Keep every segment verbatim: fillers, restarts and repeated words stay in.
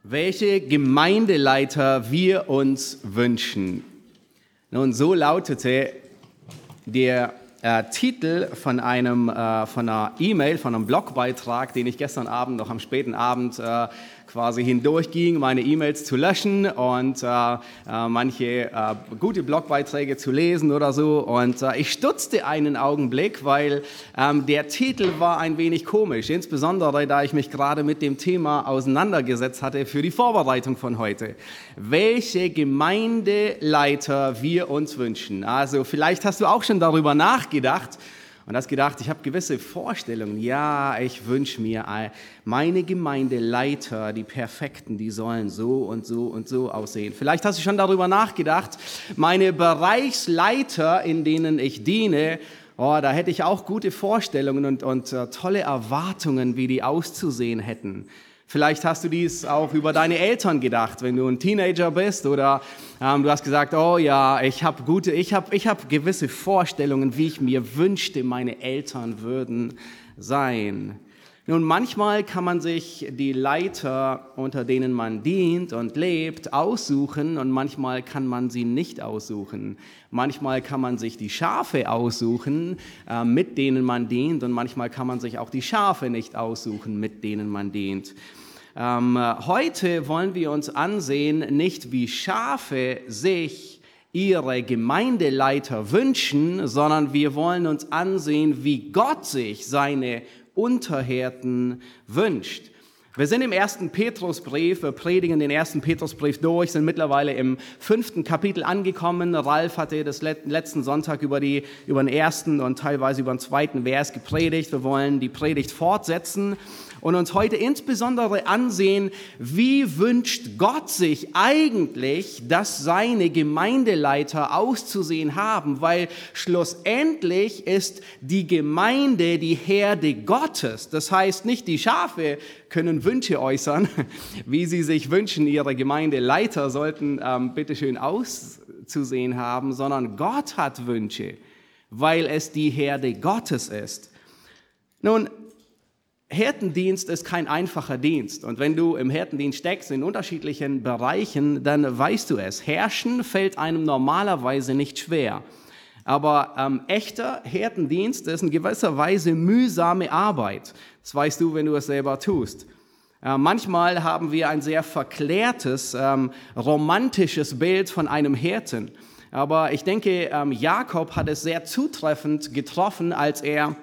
welche Gemeindeleiter wir uns wünschen. Nun, so lautete der äh, Titel von, einem, äh, von einer E-Mail, von einem Blogbeitrag, den ich gestern Abend, noch am späten Abend, äh, quasi hindurchging, meine E-Mails zu löschen und äh, äh, manche äh, gute Blogbeiträge zu lesen oder so. Und äh, ich stutzte einen Augenblick, weil ähm, der Titel war ein wenig komisch, insbesondere da ich mich gerade mit dem Thema auseinandergesetzt hatte für die Vorbereitung von heute. Welche Gemeindeleiter wir uns wünschen. Also vielleicht hast du auch schon darüber nachgedacht, und hast gedacht, ich habe gewisse Vorstellungen. Ja, ich wünsche mir meine Gemeindeleiter, die Perfekten, die sollen so und so und so aussehen. Vielleicht hast du schon darüber nachgedacht, meine Bereichsleiter, in denen ich diene, oh, da hätte ich auch gute Vorstellungen und, und uh, tolle Erwartungen, wie die auszusehen hätten. Vielleicht hast du dies auch über deine Eltern gedacht, wenn du ein Teenager bist oder ähm, du hast gesagt, oh ja, ich habe gute, ich habe ich hab gewisse Vorstellungen, wie ich mir wünschte, meine Eltern würden sein. Nun, manchmal kann man sich die Leiter, unter denen man dient und lebt, aussuchen und manchmal kann man sie nicht aussuchen. Manchmal kann man sich die Schafe aussuchen, äh, mit denen man dient, und manchmal kann man sich auch die Schafe nicht aussuchen, mit denen man dient. Ähm, heute wollen wir uns ansehen, nicht wie Schafe sich ihre Gemeindeleiter wünschen, sondern wir wollen uns ansehen, wie Gott sich seine Unterhirten wünscht. Wir sind im ersten Petrusbrief, wir predigen den ersten Petrusbrief durch, sind mittlerweile im fünften Kapitel angekommen. Ralf hatte das letzten Sonntag über, die, über den ersten und teilweise über den zweiten Vers gepredigt. Wir wollen die Predigt fortsetzen und uns heute insbesondere ansehen, wie wünscht Gott sich eigentlich, dass seine Gemeindeleiter auszusehen haben, weil schlussendlich ist die Gemeinde die Herde Gottes. Das heißt, nicht die Schafe können Wünsche äußern, wie sie sich wünschen, ihre Gemeindeleiter sollten ähm, bitteschön auszusehen haben, sondern Gott hat Wünsche, weil es die Herde Gottes ist. Nun, Hirtendienst ist kein einfacher Dienst, und wenn du im Hirtendienst steckst in unterschiedlichen Bereichen, dann weißt du es. Herrschen fällt einem normalerweise nicht schwer, aber ähm, echter Hirtendienst ist in gewisser Weise mühsame Arbeit. Das weißt du, wenn du es selber tust. Äh, manchmal haben wir ein sehr verklärtes, ähm, romantisches Bild von einem Hirten, aber ich denke, ähm, Jakob hat es sehr zutreffend getroffen, als er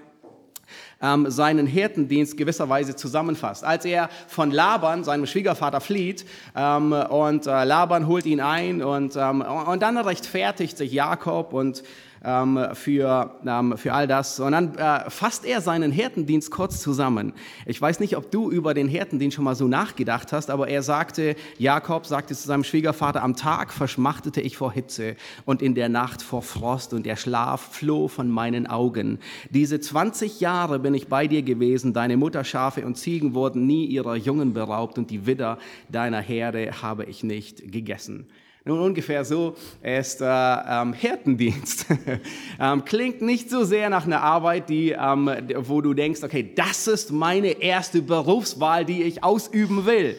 Ähm, seinen Hirtendienst gewisserweise zusammenfasst. Als er von Laban, seinem Schwiegervater, flieht ähm, und äh, Laban holt ihn ein und, ähm, und dann rechtfertigt sich Jakob und ähm, für, ähm, für all das. Und dann äh, fasst er seinen Hirtendienst kurz zusammen. Ich weiß nicht, ob du über den Hirtendienst schon mal so nachgedacht hast, aber er sagte, Jakob sagte zu seinem Schwiegervater, am Tag verschmachtete ich vor Hitze und in der Nacht vor Frost und der Schlaf floh von meinen Augen. Diese zwanzig Jahre bin ich bei dir gewesen, deine Mutterschafe und Ziegen wurden nie ihrer Jungen beraubt und die Widder deiner Herde habe ich nicht gegessen. Nun, ungefähr so ist äh, ähm, Hirtendienst. ähm, klingt nicht so sehr nach einer Arbeit, die, ähm, wo du denkst, okay, das ist meine erste Berufswahl, die ich ausüben will.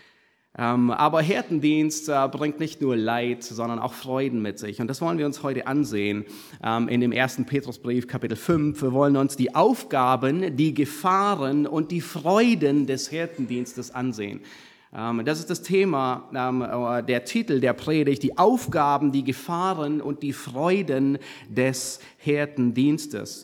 Ähm, aber Hirtendienst äh, bringt nicht nur Leid, sondern auch Freuden mit sich. Und das wollen wir uns heute ansehen ähm, in dem ersten Petrusbrief, Kapitel fünf. Wir wollen uns die Aufgaben, die Gefahren und die Freuden des Hirtendienstes ansehen. Das ist das Thema, der Titel der Predigt, die Aufgaben, die Gefahren und die Freuden des Hirtendienstes.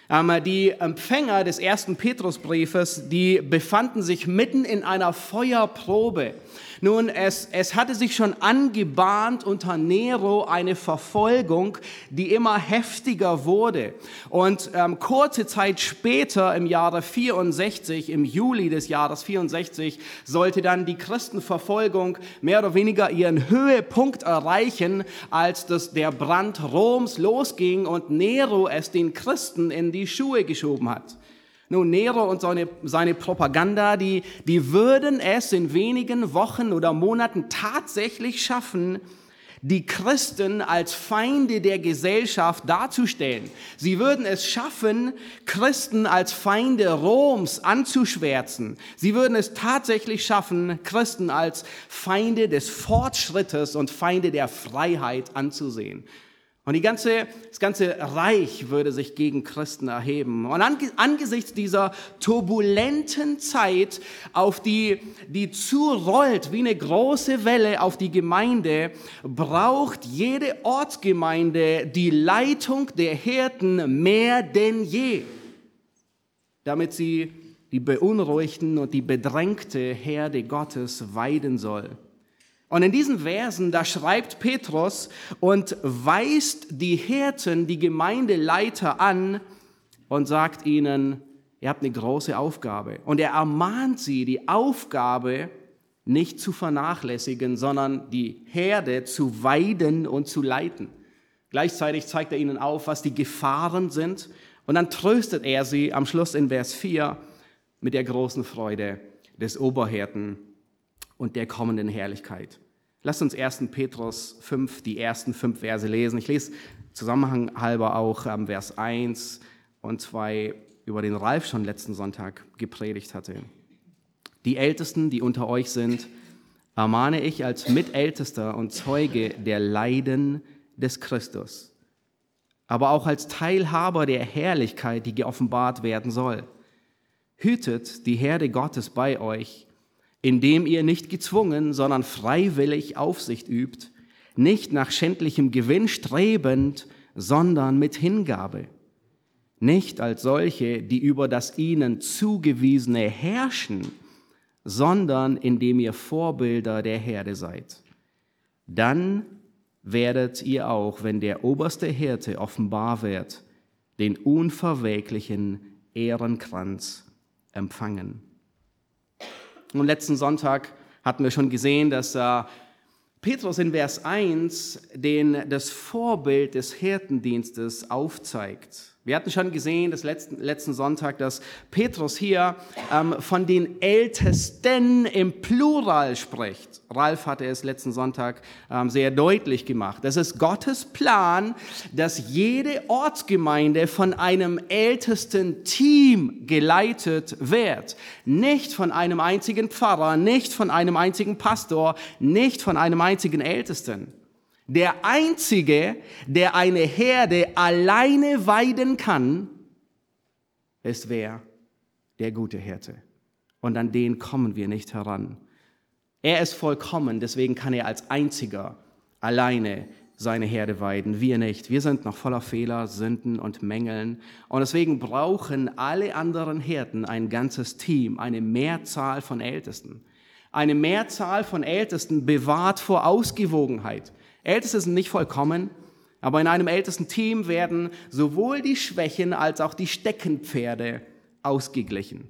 Die Empfänger des ersten Petrusbriefes, die befanden sich mitten in einer Feuerprobe. Nun, es, es hatte sich schon angebahnt unter Nero eine Verfolgung, die immer heftiger wurde. Und ähm, kurze Zeit später, im Jahre vierundsechzig, im Juli des Jahres vierundsechzig, sollte dann die Christenverfolgung mehr oder weniger ihren Höhepunkt erreichen, als das, der Brand Roms losging und Nero es den Christen in die Schuhe geschoben hat. Nun, Nero und seine, seine Propaganda, die, die würden es in wenigen Wochen oder Monaten tatsächlich schaffen, die Christen als Feinde der Gesellschaft darzustellen. Sie würden es schaffen, Christen als Feinde Roms anzuschwärzen. Sie würden es tatsächlich schaffen, Christen als Feinde des Fortschrittes und Feinde der Freiheit anzusehen. Und die ganze, das ganze Reich würde sich gegen Christen erheben. Und angesichts dieser turbulenten Zeit, auf die, die zurollt wie eine große Welle auf die Gemeinde, braucht jede Ortsgemeinde die Leitung der Hirten mehr denn je, damit sie die beunruhigten und die bedrängte Herde Gottes weiden soll. Und in diesen Versen, da schreibt Petrus und weist die Hirten, die Gemeindeleiter an und sagt ihnen, ihr habt eine große Aufgabe. Und er ermahnt sie, die Aufgabe nicht zu vernachlässigen, sondern die Herde zu weiden und zu leiten. Gleichzeitig zeigt er ihnen auf, was die Gefahren sind. Und dann tröstet er sie am Schluss in Vers vier mit der großen Freude des Oberhirten und der kommenden Herrlichkeit. Lasst uns ersten Petrus fünf, die ersten fünf Verse lesen. Ich lese Zusammenhang halber auch ähm, Vers eins und zwei, über den Ralf schon letzten Sonntag gepredigt hatte. Die Ältesten, die unter euch sind, ermahne ich als Mitältester und Zeuge der Leiden des Christus, aber auch als Teilhaber der Herrlichkeit, die geoffenbart werden soll. Hütet die Herde Gottes bei euch, indem ihr nicht gezwungen, sondern freiwillig Aufsicht übt, nicht nach schändlichem Gewinn strebend, sondern mit Hingabe. Nicht als solche, die über das ihnen Zugewiesene herrschen, sondern indem ihr Vorbilder der Herde seid. Dann werdet ihr auch, wenn der oberste Hirte offenbar wird, den unverwelklichen Ehrenkranz empfangen. Und letzten Sonntag hatten wir schon gesehen, dass äh, Petrus in Vers eins den, das Vorbild des Hirtendienstes aufzeigt. Wir hatten schon gesehen, das letzten, letzten Sonntag, dass Petrus hier ähm, von den Ältesten im Plural spricht. Ralf hatte es letzten Sonntag ähm, sehr deutlich gemacht. Das ist Gottes Plan, dass jede Ortsgemeinde von einem ältesten Team geleitet wird. Nicht von einem einzigen Pfarrer, nicht von einem einzigen Pastor, nicht von einem einzigen Ältesten. Der Einzige, der eine Herde alleine weiden kann, ist wer? Der gute Hirte. Und an den kommen wir nicht heran. Er ist vollkommen, deswegen kann er als Einziger alleine seine Herde weiden. Wir nicht. Wir sind noch voller Fehler, Sünden und Mängeln. Und deswegen brauchen alle anderen Hirten ein ganzes Team, eine Mehrzahl von Ältesten. Eine Mehrzahl von Ältesten bewahrt vor Ausgewogenheit. Älteste sind nicht vollkommen, aber in einem ältesten Team werden sowohl die Schwächen als auch die Steckenpferde ausgeglichen.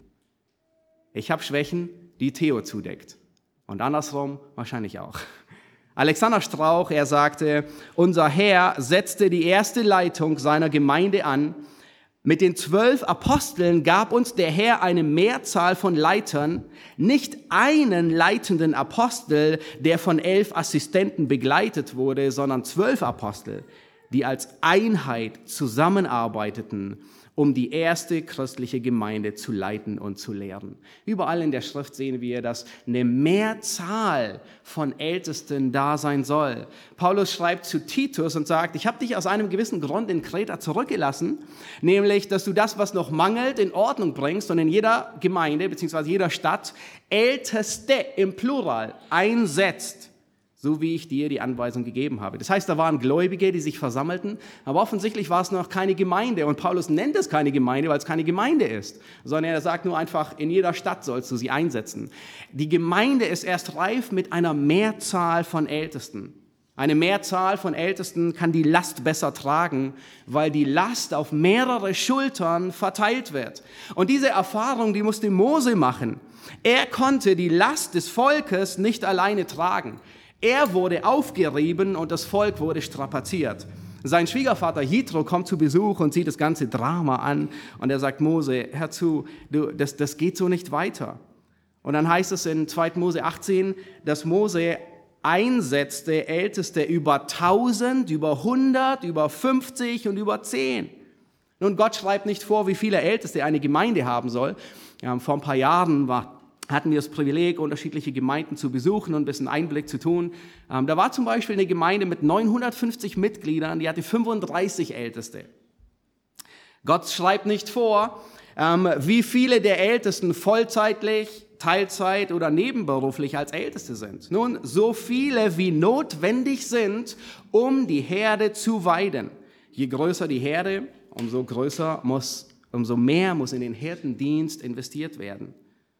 Ich habe Schwächen, die Theo zudeckt. Und andersrum wahrscheinlich auch. Alexander Strauch, er sagte, unser Herr setzte die erste Leitung seiner Gemeinde an. Mit den zwölf Aposteln gab uns der Herr eine Mehrzahl von Leitern, nicht einen leitenden Apostel, der von elf Assistenten begleitet wurde, sondern zwölf Apostel, die als Einheit zusammenarbeiteten, um die erste christliche Gemeinde zu leiten und zu lehren. Überall in der Schrift sehen wir, dass eine Mehrzahl von Ältesten da sein soll. Paulus schreibt zu Titus und sagt, ich habe dich aus einem gewissen Grund in Kreta zurückgelassen, nämlich, dass du das, was noch mangelt, in Ordnung bringst und in jeder Gemeinde bzw. jeder Stadt Älteste im Plural einsetzt, so wie ich dir die Anweisung gegeben habe. Das heißt, da waren Gläubige, die sich versammelten, aber offensichtlich war es noch keine Gemeinde. Und Paulus nennt es keine Gemeinde, weil es keine Gemeinde ist, sondern er sagt nur einfach, in jeder Stadt sollst du sie einsetzen. Die Gemeinde ist erst reif mit einer Mehrzahl von Ältesten. Eine Mehrzahl von Ältesten kann die Last besser tragen, weil die Last auf mehrere Schultern verteilt wird. Und diese Erfahrung, die musste Mose machen. Er konnte die Last des Volkes nicht alleine tragen. Er wurde aufgerieben und das Volk wurde strapaziert. Sein Schwiegervater Jethro kommt zu Besuch und sieht das ganze Drama an und er sagt, Mose, hör zu, du, das, das geht so nicht weiter. Und dann heißt es in zweiter Mose achtzehn, dass Mose einsetzte Älteste über tausend, über hundert, über fünfzig und über zehn. Nun, Gott schreibt nicht vor, wie viele Älteste eine Gemeinde haben soll. Ja, vor ein paar Jahren war, hatten wir das Privileg, unterschiedliche Gemeinden zu besuchen und ein bisschen Einblick zu tun. Ähm, da war zum Beispiel eine Gemeinde mit neunhundertfünfzig Mitgliedern, die hatte fünfunddreißig Älteste. Gott schreibt nicht vor, ähm, wie viele der Ältesten vollzeitlich, Teilzeit oder nebenberuflich als Älteste sind. Nun, so viele wie notwendig sind, um die Herde zu weiden. Je größer die Herde, umso größer muss, umso mehr muss in den Hirtendienst investiert werden.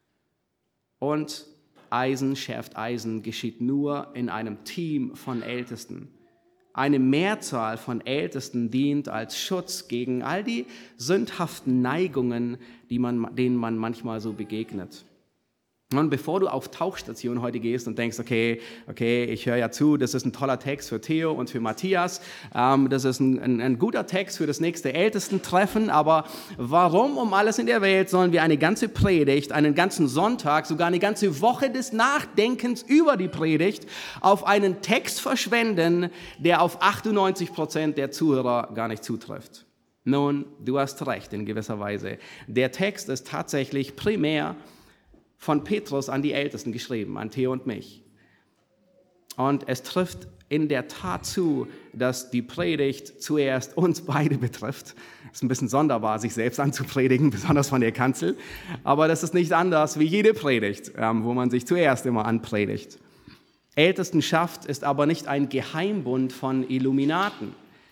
Und Eisen schärft Eisen geschieht nur in einem Team von Ältesten. Eine Mehrzahl von Ältesten dient als Schutz gegen all die sündhaften Neigungen, die man, denen man manchmal so begegnet. Und bevor du auf Tauchstation heute gehst und denkst, okay, okay, ich höre ja zu, das ist ein toller Text für Theo und für Matthias, ähm, das ist ein, ein, ein guter Text für das nächste Ältestentreffen, aber warum um alles in der Welt sollen wir eine ganze Predigt, einen ganzen Sonntag, sogar eine ganze Woche des Nachdenkens über die Predigt auf einen Text verschwenden, der auf achtundneunzig Prozent der Zuhörer gar nicht zutrifft? Nun, du hast recht in gewisser Weise. Der Text ist tatsächlich primär von Petrus an die Ältesten geschrieben, an Theo und mich. Und es trifft in der Tat zu, dass die Predigt zuerst uns beide betrifft. Es ist ein bisschen sonderbar, sich selbst anzupredigen, besonders von der Kanzel. Aber das ist nicht anders wie jede Predigt, wo man sich zuerst immer anpredigt. Ältestenschaft ist aber nicht ein Geheimbund von Illuminaten,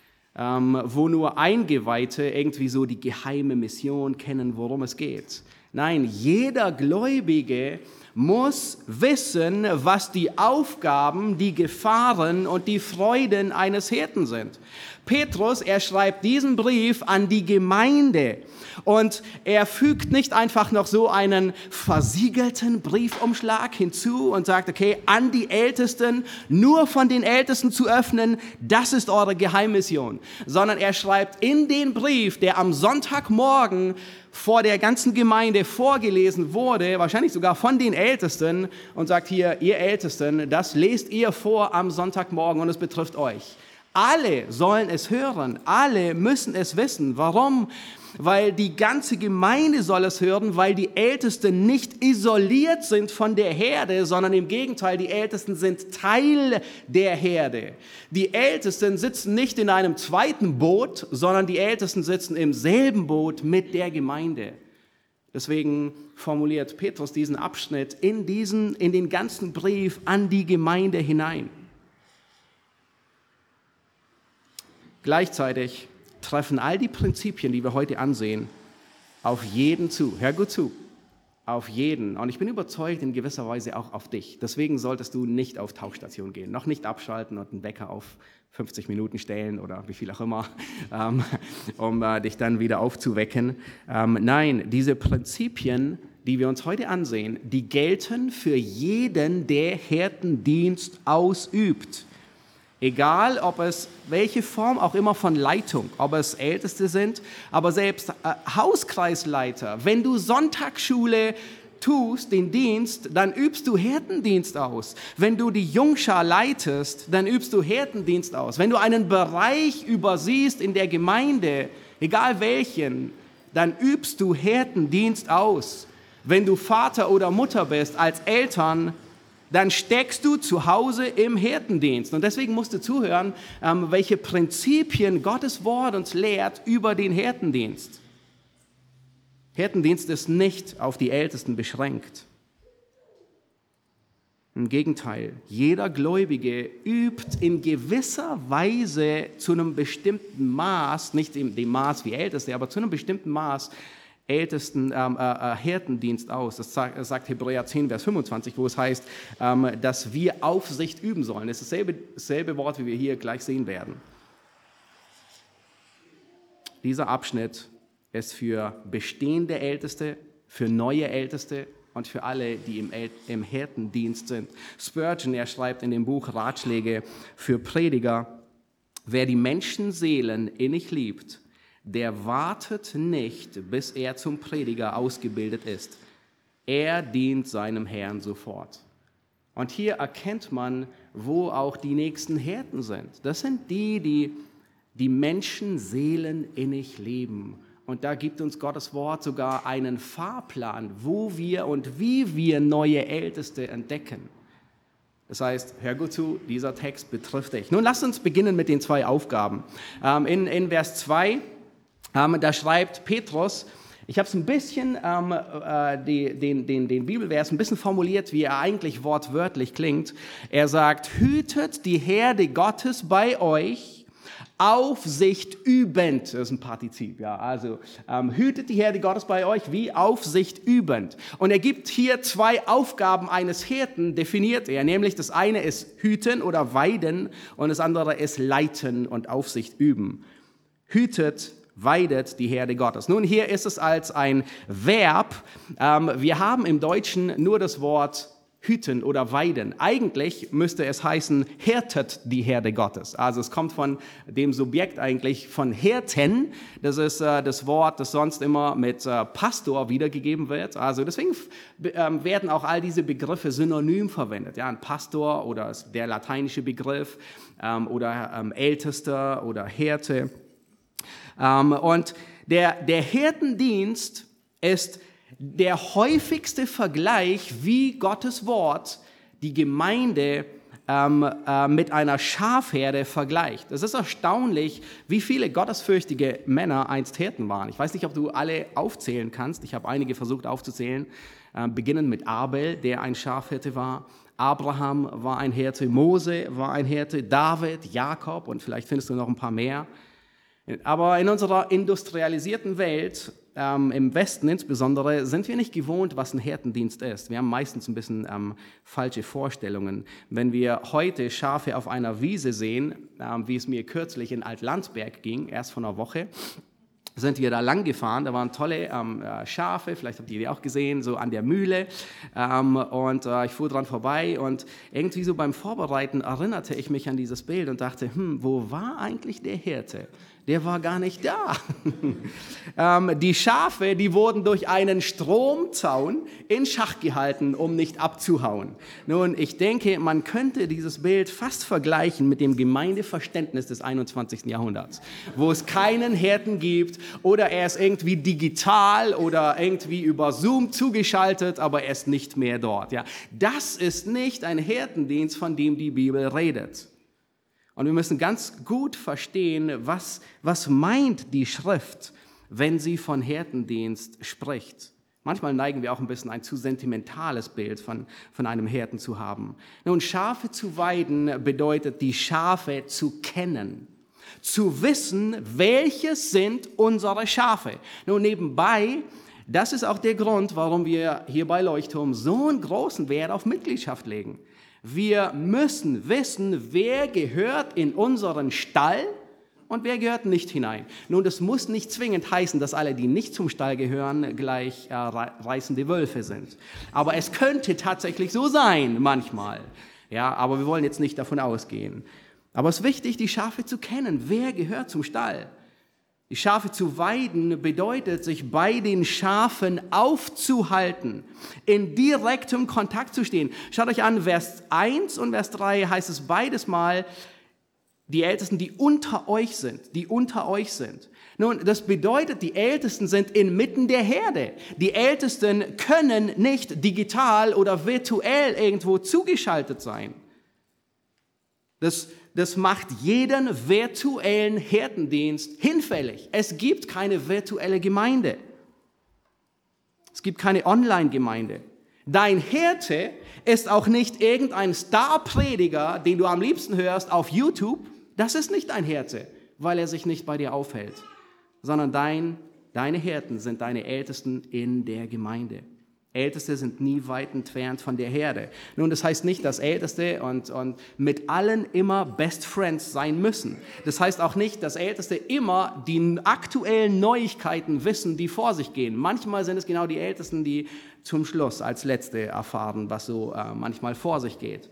wo nur Eingeweihte irgendwie so die geheime Mission kennen, worum es geht. Nein, jeder Gläubige muss wissen, was die Aufgaben, die Gefahren und die Freuden eines Hirten sind. Petrus, er schreibt diesen Brief an die Gemeinde und er fügt nicht einfach noch so einen versiegelten Briefumschlag hinzu und sagt, okay, an die Ältesten, nur von den Ältesten zu öffnen, das ist eure Geheimmission, sondern er schreibt in den Brief, der am Sonntagmorgen vor der ganzen Gemeinde vorgelesen wurde, wahrscheinlich sogar von den Ältesten, und sagt hier, ihr Ältesten, das lest ihr vor am Sonntagmorgen und es betrifft euch. Alle sollen es hören, alle müssen es wissen. Warum? Weil die ganze Gemeinde soll es hören, weil die Ältesten nicht isoliert sind von der Herde, sondern im Gegenteil, die Ältesten sind Teil der Herde. Die Ältesten sitzen nicht in einem zweiten Boot, sondern die Ältesten sitzen im selben Boot mit der Gemeinde. Deswegen formuliert Petrus diesen Abschnitt in, diesen, in den ganzen Brief an die Gemeinde hinein. Gleichzeitig treffen all die Prinzipien, die wir heute ansehen, auf jeden zu. Hör gut zu. Auf jeden. Und ich bin überzeugt, in gewisser Weise auch auf dich. Deswegen solltest du nicht auf Tauchstation gehen. Noch nicht abschalten und einen Wecker auf fünfzig Minuten stellen oder wie viel auch immer, ähm, um äh, dich dann wieder aufzuwecken. Ähm, nein, diese Prinzipien, die wir uns heute ansehen, die gelten für jeden, der Hirtendienst ausübt. Egal, ob es welche Form auch immer von Leitung, ob es Älteste sind, aber selbst äh, Hauskreisleiter. Wenn du Sonntagsschule tust, den Dienst, dann übst du Hirtendienst aus. Wenn du die Jungschar leitest, dann übst du Hirtendienst aus. Wenn du einen Bereich übersiehst in der Gemeinde, egal welchen, dann übst du Hirtendienst aus. Wenn du Vater oder Mutter bist, als Eltern, dann steckst du zu Hause im Hirtendienst. Und deswegen musst du zuhören, welche Prinzipien Gottes Wort uns lehrt über den Hirtendienst. Hirtendienst ist nicht auf die Ältesten beschränkt. Im Gegenteil, jeder Gläubige übt in gewisser Weise zu einem bestimmten Maß, nicht in dem Maß wie Älteste, aber zu einem bestimmten Maß, Ältesten ähm, äh, Hirtendienst aus. Das sagt, das sagt Hebräer zehn, Vers fünfundzwanzig, wo es heißt, ähm, dass wir Aufsicht üben sollen. Das ist dasselbe, dasselbe Wort, wie wir hier gleich sehen werden. Dieser Abschnitt ist für bestehende Älteste, für neue Älteste und für alle, die im, El- im Hirtendienst sind. Spurgeon, er schreibt in dem Buch Ratschläge für Prediger, wer die Menschenseelen innig liebt, der wartet nicht, bis er zum Prediger ausgebildet ist. Er dient seinem Herrn sofort. Und hier erkennt man, wo auch die nächsten Hirten sind. Das sind die, die die Menschenseelen innig leben. Und da gibt uns Gottes Wort sogar einen Fahrplan, wo wir und wie wir neue Älteste entdecken. Das heißt, hör gut zu, dieser Text betrifft dich. Nun lasst uns beginnen mit den zwei Aufgaben. Ähm, in, in Vers zwei, ähm, da schreibt Petrus, ich habe es ein bisschen, ähm, äh, die, den, den, den Bibelvers ein bisschen formuliert, wie er eigentlich wortwörtlich klingt. Er sagt, hütet die Herde Gottes bei euch, Aufsicht übend, das ist ein Partizip, ja, also ähm, hütet die Herde Gottes bei euch wie Aufsicht übend. Und er gibt hier zwei Aufgaben eines Hirten, definiert er, nämlich das eine ist hüten oder weiden und das andere ist leiten und Aufsicht üben. Hütet, weidet die Herde Gottes. Nun, hier ist es als ein Verb. Ähm, wir haben im Deutschen nur das Wort hüten oder weiden. Eigentlich müsste es heißen, hirtet die Herde Gottes. Also es kommt von dem Subjekt eigentlich von Hirten. Das ist äh, das Wort, das sonst immer mit äh, Pastor wiedergegeben wird. Also deswegen ähm, werden auch all diese Begriffe synonym verwendet. Ja, ein Pastor oder der lateinische Begriff ähm, oder ähm, Ältester oder Hirte. Ähm, und der, der Hirtendienst ist der häufigste Vergleich, wie Gottes Wort die Gemeinde ähm, äh, mit einer Schafherde vergleicht. Es ist erstaunlich, wie viele gottesfürchtige Männer einst Hirten waren. Ich weiß nicht, ob du alle aufzählen kannst. Ich habe einige versucht aufzuzählen. Äh, beginnend mit Abel, der ein Schafhirte war. Abraham war ein Hirte. Mose war ein Hirte. David, Jakob und vielleicht findest du noch ein paar mehr. Aber in unserer industrialisierten Welt, ähm, im Westen insbesondere, sind wir nicht gewohnt, was ein Hirtendienst ist. Wir haben meistens ein bisschen ähm, falsche Vorstellungen. Wenn wir heute Schafe auf einer Wiese sehen, ähm, wie es mir kürzlich in Altlandsberg ging, erst vor einer Woche, sind wir da lang gefahren, da waren tolle ähm, Schafe, vielleicht habt ihr die auch gesehen, so an der Mühle ähm, und äh, ich fuhr dran vorbei und irgendwie so beim Vorbereiten erinnerte ich mich an dieses Bild und dachte, hm, wo war eigentlich der Hirte? Der war gar nicht da. ähm, die Schafe, die wurden durch einen Stromzaun in Schach gehalten, um nicht abzuhauen. Nun, ich denke, man könnte dieses Bild fast vergleichen mit dem Gemeindeverständnis des einundzwanzigsten Jahrhunderts, wo es keinen Hirten gibt oder er ist irgendwie digital oder irgendwie über Zoom zugeschaltet, aber er ist nicht mehr dort. Ja, das ist nicht ein Hirtendienst, von dem die Bibel redet. Und wir müssen ganz gut verstehen, was, was meint die Schrift, wenn sie von Hirtendienst spricht. Manchmal neigen wir auch ein bisschen ein zu sentimentales Bild von, von einem Hirten zu haben. Nun, Schafe zu weiden bedeutet, die Schafe zu kennen, zu wissen, welche sind unsere Schafe. Nun, nebenbei, das ist auch der Grund, warum wir hier bei Leuchtturm so einen großen Wert auf Mitgliedschaft legen. Wir müssen wissen, wer gehört in unseren Stall und wer gehört nicht hinein. Nun, das muss nicht zwingend heißen, dass alle, die nicht zum Stall gehören, gleich äh, reißende Wölfe sind. Aber es könnte tatsächlich so sein, manchmal. Ja, aber wir wollen jetzt nicht davon ausgehen. Aber es ist wichtig, die Schafe zu kennen. Wer gehört zum Stall? Die Schafe zu weiden bedeutet, sich bei den Schafen aufzuhalten, in direktem Kontakt zu stehen. Schaut euch an, Vers eins und Vers drei heißt es beides mal, die Ältesten, die unter euch sind, die unter euch sind. Nun, das bedeutet, die Ältesten sind inmitten der Herde. Die Ältesten können nicht digital oder virtuell irgendwo zugeschaltet sein. Das Das macht jeden virtuellen Hirtendienst hinfällig. Es gibt keine virtuelle Gemeinde. Es gibt keine Online-Gemeinde. Dein Hirte ist auch nicht irgendein Star-Prediger, den du am liebsten hörst auf YouTube. Das ist nicht dein Hirte, weil er sich nicht bei dir aufhält. Sondern dein, deine Hirten sind deine Ältesten in der Gemeinde. Älteste sind nie weit entfernt von der Herde. Nun, das heißt nicht, dass Älteste und, und mit allen immer Best Friends sein müssen. Das heißt auch nicht, dass Älteste immer die aktuellen Neuigkeiten wissen, die vor sich gehen. Manchmal sind es genau die Ältesten, die zum Schluss als Letzte erfahren, was so äh, manchmal vor sich geht.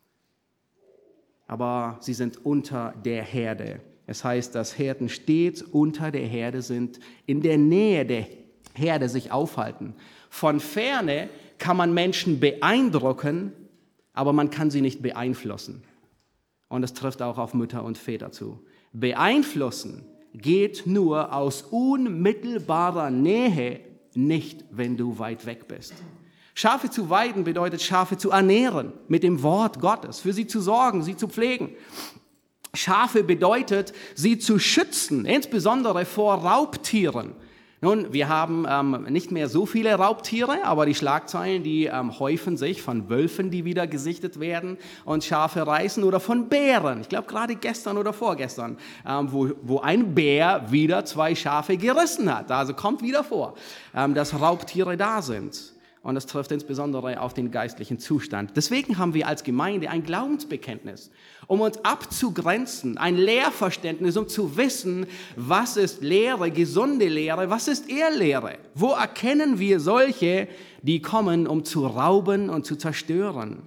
Aber sie sind unter der Herde. Es heißt, dass Hirten stets unter der Herde sind, in der Nähe der Herde sich aufhalten. Von Ferne kann man Menschen beeindrucken, aber man kann sie nicht beeinflussen. Und das trifft auch auf Mütter und Väter zu. Beeinflussen geht nur aus unmittelbarer Nähe, nicht wenn du weit weg bist. Schafe zu weiden bedeutet, Schafe zu ernähren mit dem Wort Gottes, für sie zu sorgen, sie zu pflegen. Schafe bedeutet, sie zu schützen, insbesondere vor Raubtieren. Nun, wir haben ähm, nicht mehr so viele Raubtiere, aber die Schlagzeilen, die ähm, häufen sich von Wölfen, die wieder gesichtet werden und Schafe reißen, oder von Bären. Ich glaube, gerade gestern oder vorgestern, ähm, wo, wo ein Bär wieder zwei Schafe gerissen hat. Also kommt wieder vor, ähm, dass Raubtiere da sind. Und das trifft insbesondere auf den geistlichen Zustand. Deswegen haben wir als Gemeinde ein Glaubensbekenntnis, um uns abzugrenzen, ein Lehrverständnis, um zu wissen, was ist Lehre, gesunde Lehre, was ist Irrlehre. Wo erkennen wir solche, die kommen, um zu rauben und zu zerstören?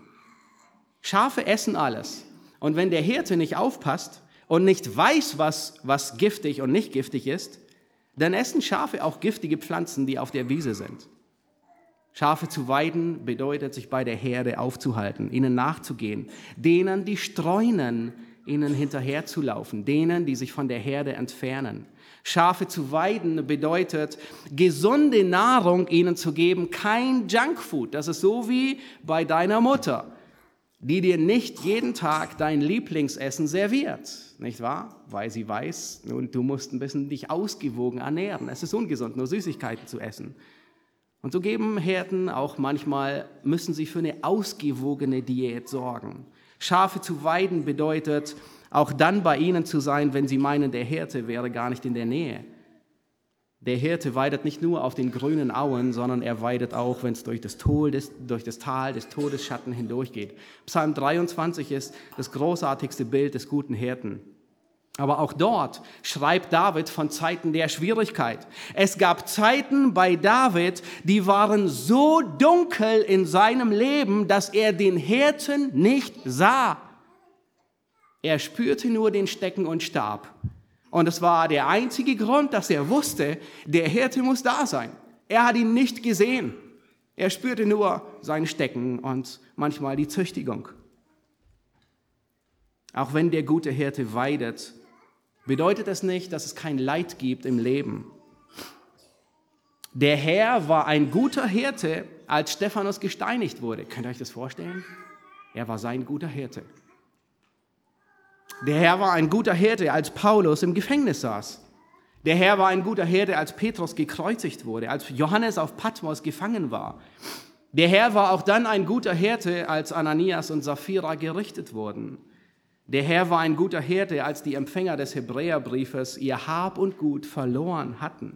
Schafe essen alles. Und wenn der Hirte nicht aufpasst und nicht weiß, was, was giftig und nicht giftig ist, dann essen Schafe auch giftige Pflanzen, die auf der Wiese sind. Schafe zu weiden bedeutet, sich bei der Herde aufzuhalten, ihnen nachzugehen, denen, die streunen, ihnen hinterherzulaufen, denen, die sich von der Herde entfernen. Schafe zu weiden bedeutet, gesunde Nahrung ihnen zu geben, kein Junkfood. Das ist so wie bei deiner Mutter, die dir nicht jeden Tag dein Lieblingsessen serviert, nicht wahr? Weil sie weiß, nun, du musst ein bisschen dich ausgewogen ernähren. Es ist ungesund, nur Süßigkeiten zu essen. Und so geben Hirten auch manchmal, müssen sie für eine ausgewogene Diät sorgen. Schafe zu weiden bedeutet, auch dann bei ihnen zu sein, wenn sie meinen, der Hirte wäre gar nicht in der Nähe. Der Hirte weidet nicht nur auf den grünen Auen, sondern er weidet auch, wenn es durch das, Todes, durch das Tal des Todesschatten hindurchgeht. Psalm dreiundzwanzig ist das großartigste Bild des guten Hirten. Aber auch dort schreibt David von Zeiten der Schwierigkeit. Es gab Zeiten bei David, die waren so dunkel in seinem Leben, dass er den Hirten nicht sah. Er spürte nur den Stecken und Stab. Und es war der einzige Grund, dass er wusste, der Hirte muss da sein. Er hat ihn nicht gesehen. Er spürte nur sein Stecken und manchmal die Züchtigung. Auch wenn der gute Hirte weidet, bedeutet es nicht, dass es kein Leid gibt im Leben. Der Herr war ein guter Hirte, als Stephanus gesteinigt wurde. Könnt ihr euch das vorstellen? Er war sein guter Hirte. Der Herr war ein guter Hirte, als Paulus im Gefängnis saß. Der Herr war ein guter Hirte, als Petrus gekreuzigt wurde, als Johannes auf Patmos gefangen war. Der Herr war auch dann ein guter Hirte, als Ananias und Sapphira gerichtet wurden. Der Herr war ein guter Hirte, als die Empfänger des Hebräerbriefes ihr Hab und Gut verloren hatten.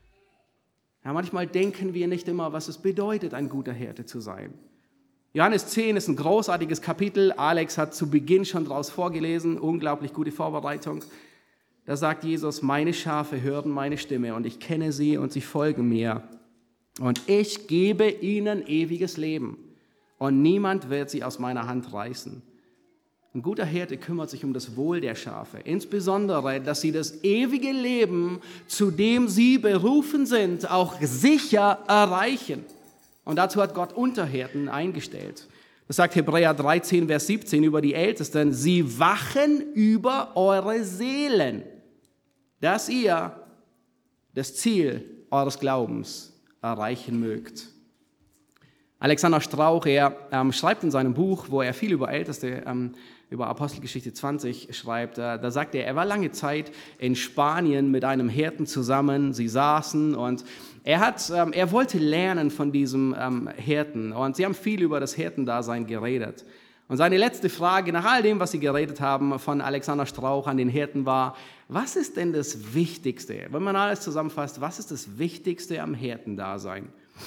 Ja, manchmal denken wir nicht immer, was es bedeutet, ein guter Hirte zu sein. Johannes zehn ist ein großartiges Kapitel. Alex hat zu Beginn schon daraus vorgelesen, unglaublich gute Vorbereitung. Da sagt Jesus, meine Schafe hören meine Stimme und ich kenne sie und sie folgen mir. Und ich gebe ihnen ewiges Leben und niemand wird sie aus meiner Hand reißen. Ein guter Hirte kümmert sich um das Wohl der Schafe, insbesondere, dass sie das ewige Leben, zu dem sie berufen sind, auch sicher erreichen. Und dazu hat Gott Unterhirten eingestellt. Das sagt Hebräer dreizehn, Vers siebzehn über die Ältesten. Sie wachen über eure Seelen, dass ihr das Ziel eures Glaubens erreichen mögt. Alexander Strauch, er ähm, schreibt in seinem Buch, wo er viel über Älteste, ähm, über Apostelgeschichte zwanzig schreibt, äh, da sagt er, er war lange Zeit in Spanien mit einem Hirten zusammen, sie saßen und er, hat, ähm, er wollte lernen von diesem ähm, Hirten und sie haben viel über das Hirtendasein geredet. Und seine letzte Frage nach all dem, was sie geredet haben, von Alexander Strauch an den Hirten war, was ist denn das Wichtigste, wenn man alles zusammenfasst, was ist das Wichtigste am Hirtendasein?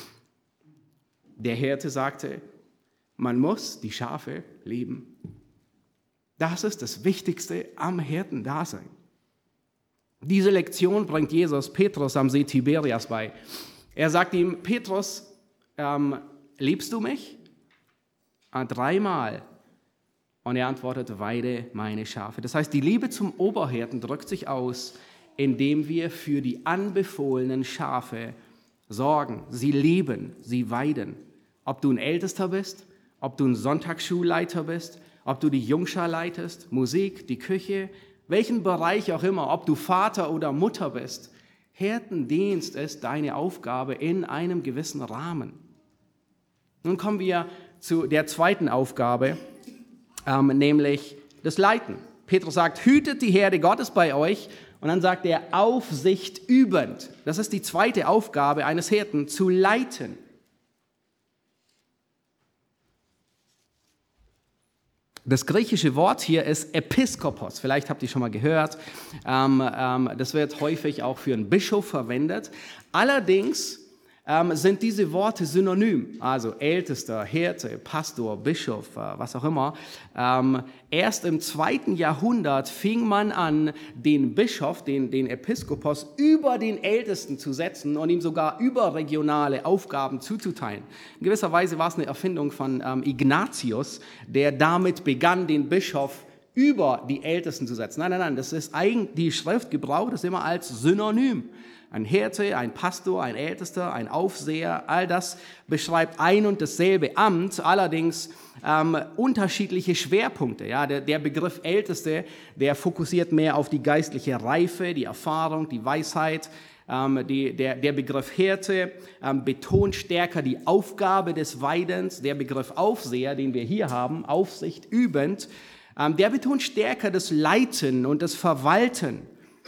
Der Hirte sagte, man muss die Schafe lieben. Das ist das Wichtigste am Hirtendasein. Diese Lektion bringt Jesus Petrus am See Tiberias bei. Er sagt ihm, Petrus, ähm, liebst du mich? Ah, dreimal. Und er antwortet, weide meine Schafe. Das heißt, die Liebe zum Oberhirten drückt sich aus, indem wir für die anbefohlenen Schafe sorgen, sie lieben, sie weiden. Ob du ein Ältester bist, ob du ein Sonntagsschulleiter bist, ob du die Jungschar leitest, Musik, die Küche, welchen Bereich auch immer, ob du Vater oder Mutter bist. Hirtendienst ist deine Aufgabe in einem gewissen Rahmen. Nun kommen wir zu der zweiten Aufgabe, ähm, nämlich das Leiten. Petrus sagt, hütet die Herde Gottes bei euch. Und dann sagt er, Aufsicht übend. Das ist die zweite Aufgabe eines Hirten, zu leiten. Das griechische Wort hier ist Episkopos. Vielleicht habt ihr schon mal gehört. Ähm, ähm, das wird häufig auch für einen Bischof verwendet. Allerdings ähm, sind diese Worte synonym. Also Ältester, Hirte, Pastor, Bischof, äh, was auch immer. Ähm, erst im zweiten Jahrhundert fing man an, den Bischof, den, den Episkopos, über den Ältesten zu setzen und ihm sogar überregionale Aufgaben zuzuteilen. In gewisser Weise war es eine Erfindung von ähm, Ignatius, der damit begann, den Bischof über die Ältesten zu setzen. Nein, nein, nein, das ist eigentlich, die Schrift gebraucht es immer als Synonym. Ein Hirte, ein Pastor, ein Ältester, ein Aufseher, all das beschreibt ein und dasselbe Amt, allerdings ähm, unterschiedliche Schwerpunkte. Ja, der, der Begriff Älteste, der fokussiert mehr auf die geistliche Reife, die Erfahrung, die Weisheit. Ähm, die, der, der Begriff Hirte ähm, betont stärker die Aufgabe des Weidens. Der Begriff Aufseher, den wir hier haben, Aufsicht übend, ähm, der betont stärker das Leiten und das Verwalten.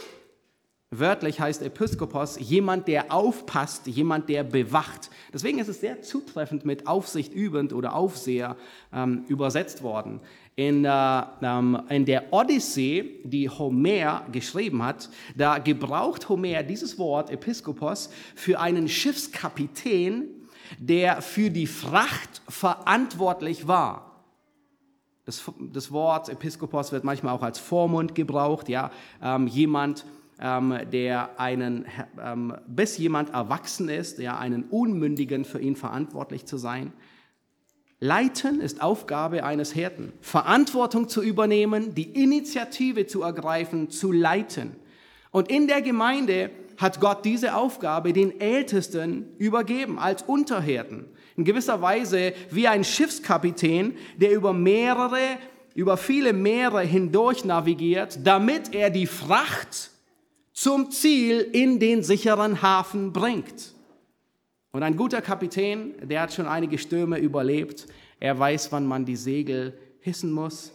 Wörtlich heißt Episkopos jemand, der aufpasst, jemand, der bewacht. Deswegen ist es sehr zutreffend mit Aufsicht übend oder Aufseher ähm, übersetzt worden. In, äh, ähm, in der Odyssee, die Homer geschrieben hat, da gebraucht Homer dieses Wort Episkopos für einen Schiffskapitän, der für die Fracht verantwortlich war. Das, das Wort Episkopos wird manchmal auch als Vormund gebraucht, ja, ähm, jemand, Ähm, der einen, ähm, bis jemand erwachsen ist, ja, einen Unmündigen für ihn verantwortlich zu sein. Leiten ist Aufgabe eines Hirten. Verantwortung zu übernehmen, die Initiative zu ergreifen, zu leiten. Und in der Gemeinde hat Gott diese Aufgabe den Ältesten übergeben, als Unterhirten. In gewisser Weise wie ein Schiffskapitän, der über mehrere, über viele Meere hindurch navigiert, damit er die Fracht zum Ziel in den sicheren Hafen bringt. Und ein guter Kapitän, der hat schon einige Stürme überlebt. Er weiß, wann man die Segel hissen muss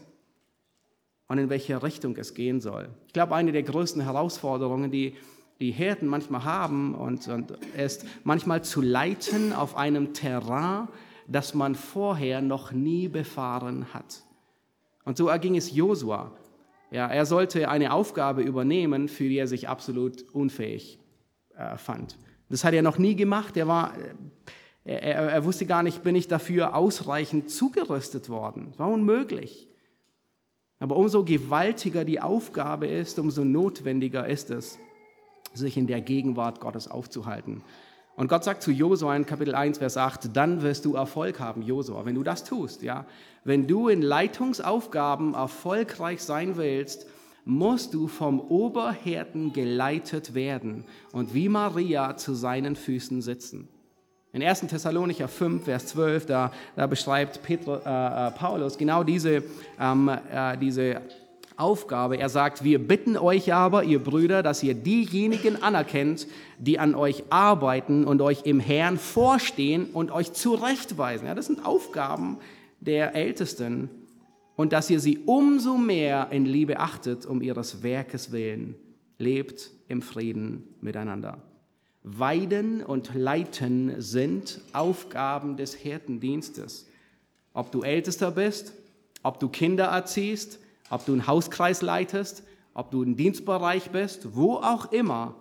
und in welche Richtung es gehen soll. Ich glaube, eine der größten Herausforderungen, die die Hirten manchmal haben, und, und ist manchmal zu leiten auf einem Terrain, das man vorher noch nie befahren hat. Und so erging es Josua. Ja, er sollte eine Aufgabe übernehmen, für die er sich absolut unfähig äh, fand. Das hat er noch nie gemacht. Er, war, er, er, er wusste gar nicht, bin ich dafür ausreichend zugerüstet worden. Es war unmöglich. Aber umso gewaltiger die Aufgabe ist, umso notwendiger ist es, sich in der Gegenwart Gottes aufzuhalten. Und Gott sagt zu Josua in Kapitel eins, Vers acht, dann wirst du Erfolg haben, Josua, wenn du das tust. Ja? Wenn du in Leitungsaufgaben erfolgreich sein willst, musst du vom Oberhirten geleitet werden und wie Maria zu seinen Füßen sitzen. In ersten Thessalonicher fünf, Vers zwölf, da, da beschreibt Petru, äh, Paulus genau diese, ähm, äh, diese Aufgabe. Er sagt, wir bitten euch aber, ihr Brüder, dass ihr diejenigen anerkennt, die an euch arbeiten und euch im Herrn vorstehen und euch zurechtweisen. Ja, das sind Aufgaben der Ältesten. Und dass ihr sie umso mehr in Liebe achtet, um ihres Werkes willen. Lebt im Frieden miteinander. Weiden und Leiten sind Aufgaben des Hirtendienstes. Ob du Ältester bist, ob du Kinder erziehst, ob du einen Hauskreis leitest, ob du im Dienstbereich bist, wo auch immer,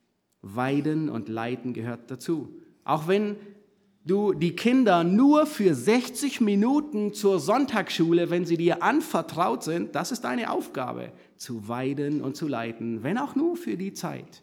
Weiden und Leiten gehört dazu. Auch wenn du die Kinder nur für sechzig Minuten zur Sonntagsschule, wenn sie dir anvertraut sind, das ist deine Aufgabe, zu weiden und zu leiten, wenn auch nur für die Zeit.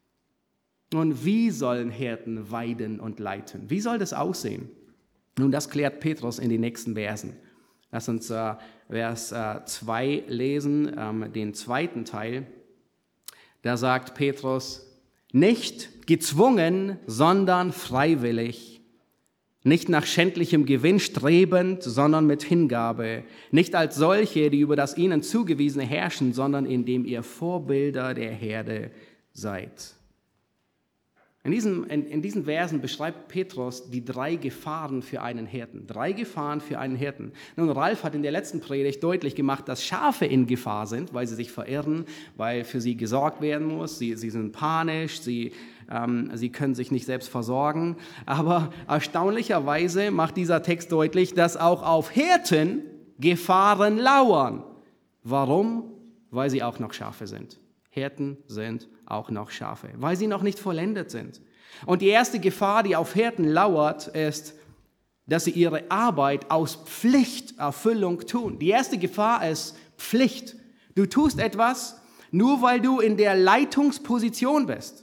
Und wie sollen Hirten weiden und leiten? Wie soll das aussehen? Nun, das klärt Petrus in den nächsten Versen. Lass uns äh, Vers zwei äh, lesen, ähm, den zweiten Teil. Da sagt Petrus, nicht gezwungen, sondern freiwillig. nicht nach schändlichem Gewinn strebend, sondern mit Hingabe, nicht als solche, die über das ihnen zugewiesene herrschen, sondern indem ihr Vorbilder der Herde seid. In diesen, in, in diesen Versen beschreibt Petrus die drei Gefahren für einen Hirten. Drei Gefahren für einen Hirten. Nun, Ralf hat in der letzten Predigt deutlich gemacht, dass Schafe in Gefahr sind, weil sie sich verirren, weil für sie gesorgt werden muss. Sie, sie sind panisch, sie, ähm, sie können sich nicht selbst versorgen. Aber erstaunlicherweise macht dieser Text deutlich, dass auch auf Hirten Gefahren lauern. Warum? Weil sie auch noch Schafe sind. Hirten sind auch noch Schafe, weil sie noch nicht vollendet sind. Und die erste Gefahr, die auf Hirten lauert, ist, dass sie ihre Arbeit aus Pflichterfüllung tun. Die erste Gefahr ist Pflicht. Du tust etwas, nur weil du in der Leitungsposition bist.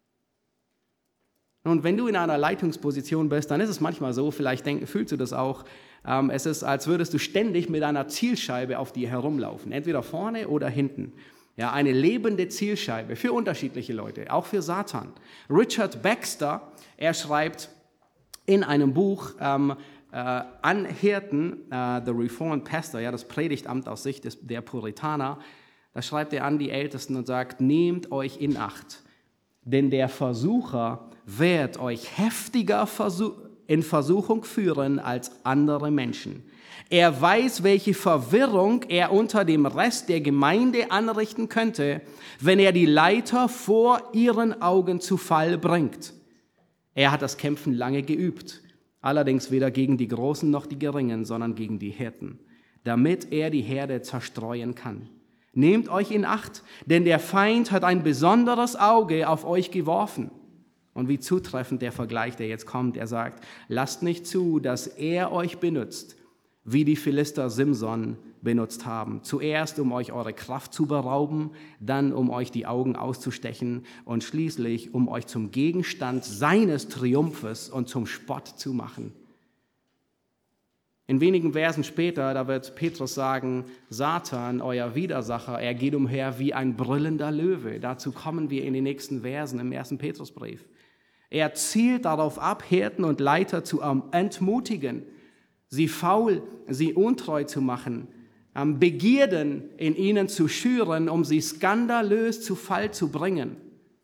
Und wenn du in einer Leitungsposition bist, dann ist es manchmal so, vielleicht denk, fühlst du das auch, ähm, es ist, als würdest du ständig mit einer Zielscheibe auf dir herumlaufen, entweder vorne oder hinten. Ja, eine lebende Zielscheibe für unterschiedliche Leute, auch für Satan. Richard Baxter, er schreibt in einem Buch ähm, äh, an Hirten, äh, The Reformed Pastor, ja, das Predigtamt aus Sicht des, der Puritaner, da schreibt er an die Ältesten und sagt, nehmt euch in Acht, denn der Versucher wird euch heftiger versuch- in Versuchung führen als andere Menschen. Er weiß, welche Verwirrung er unter dem Rest der Gemeinde anrichten könnte, wenn er die Leiter vor ihren Augen zu Fall bringt. Er hat das Kämpfen lange geübt, allerdings weder gegen die Großen noch die Geringen, sondern gegen die Hirten, damit er die Herde zerstreuen kann. Nehmt euch in Acht, denn der Feind hat ein besonderes Auge auf euch geworfen. Und wie zutreffend der Vergleich, der jetzt kommt, er sagt, lasst nicht zu, dass er euch benutzt, wie die Philister Simson benutzt haben. Zuerst, um euch eure Kraft zu berauben, dann, um euch die Augen auszustechen und schließlich, um euch zum Gegenstand seines Triumphes und zum Spott zu machen. In wenigen Versen später, da wird Petrus sagen, Satan, euer Widersacher, er geht umher wie ein brüllender Löwe. Dazu kommen wir in den nächsten Versen im ersten Petrusbrief. Er zielt darauf ab, Hirten und Leiter zu entmutigen, sie faul, sie untreu zu machen, Begierden in ihnen zu schüren, um sie skandalös zu Fall zu bringen.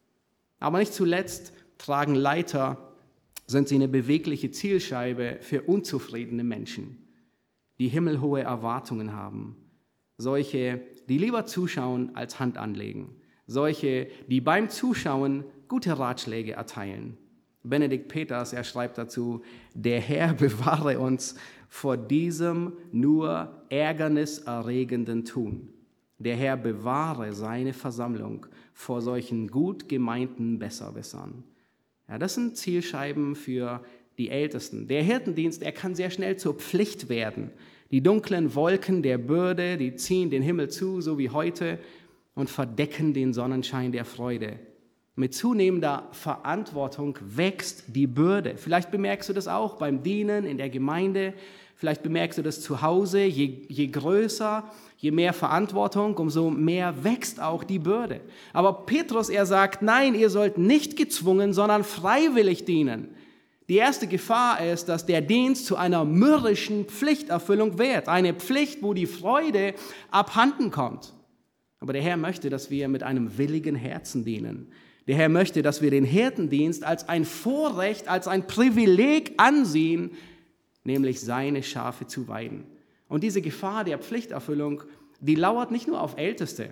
Aber nicht zuletzt tragen Leiter, sind sie eine bewegliche Zielscheibe für unzufriedene Menschen, die himmelhohe Erwartungen haben. Solche, die lieber zuschauen als Hand anlegen. Solche, die beim Zuschauen gute Ratschläge erteilen. Benedikt Peters, er schreibt dazu, der Herr bewahre uns vor diesem nur ärgerniserregenden Tun. Der Herr bewahre seine Versammlung vor solchen gut gemeinten Besserwissern. Ja, das sind Zielscheiben für die Ältesten. Der Hirtendienst, er kann sehr schnell zur Pflicht werden. Die dunklen Wolken der Bürde, die ziehen den Himmel zu, so wie heute, und verdecken den Sonnenschein der Freude. Mit zunehmender Verantwortung wächst die Bürde. Vielleicht bemerkst du das auch beim Dienen in der Gemeinde. Vielleicht bemerkst du das zu Hause. Je, je größer, je mehr Verantwortung, umso mehr wächst auch die Bürde. Aber Petrus, er sagt, nein, ihr sollt nicht gezwungen, sondern freiwillig dienen. Die erste Gefahr ist, dass der Dienst zu einer mürrischen Pflichterfüllung wird. Eine Pflicht, wo die Freude abhanden kommt. Aber der Herr möchte, dass wir mit einem willigen Herzen dienen. Der Herr möchte, dass wir den Hirtendienst als ein Vorrecht, als ein Privileg ansehen, nämlich seine Schafe zu weiden. Und diese Gefahr der Pflichterfüllung, die lauert nicht nur auf Älteste.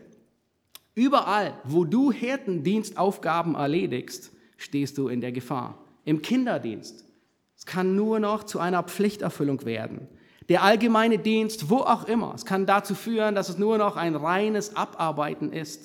Überall, wo du Hirtendienstaufgaben erledigst, stehst du in der Gefahr. Im Kinderdienst. Es kann nur noch zu einer Pflichterfüllung werden. Der allgemeine Dienst, wo auch immer. Es kann dazu führen, dass es nur noch ein reines Abarbeiten ist.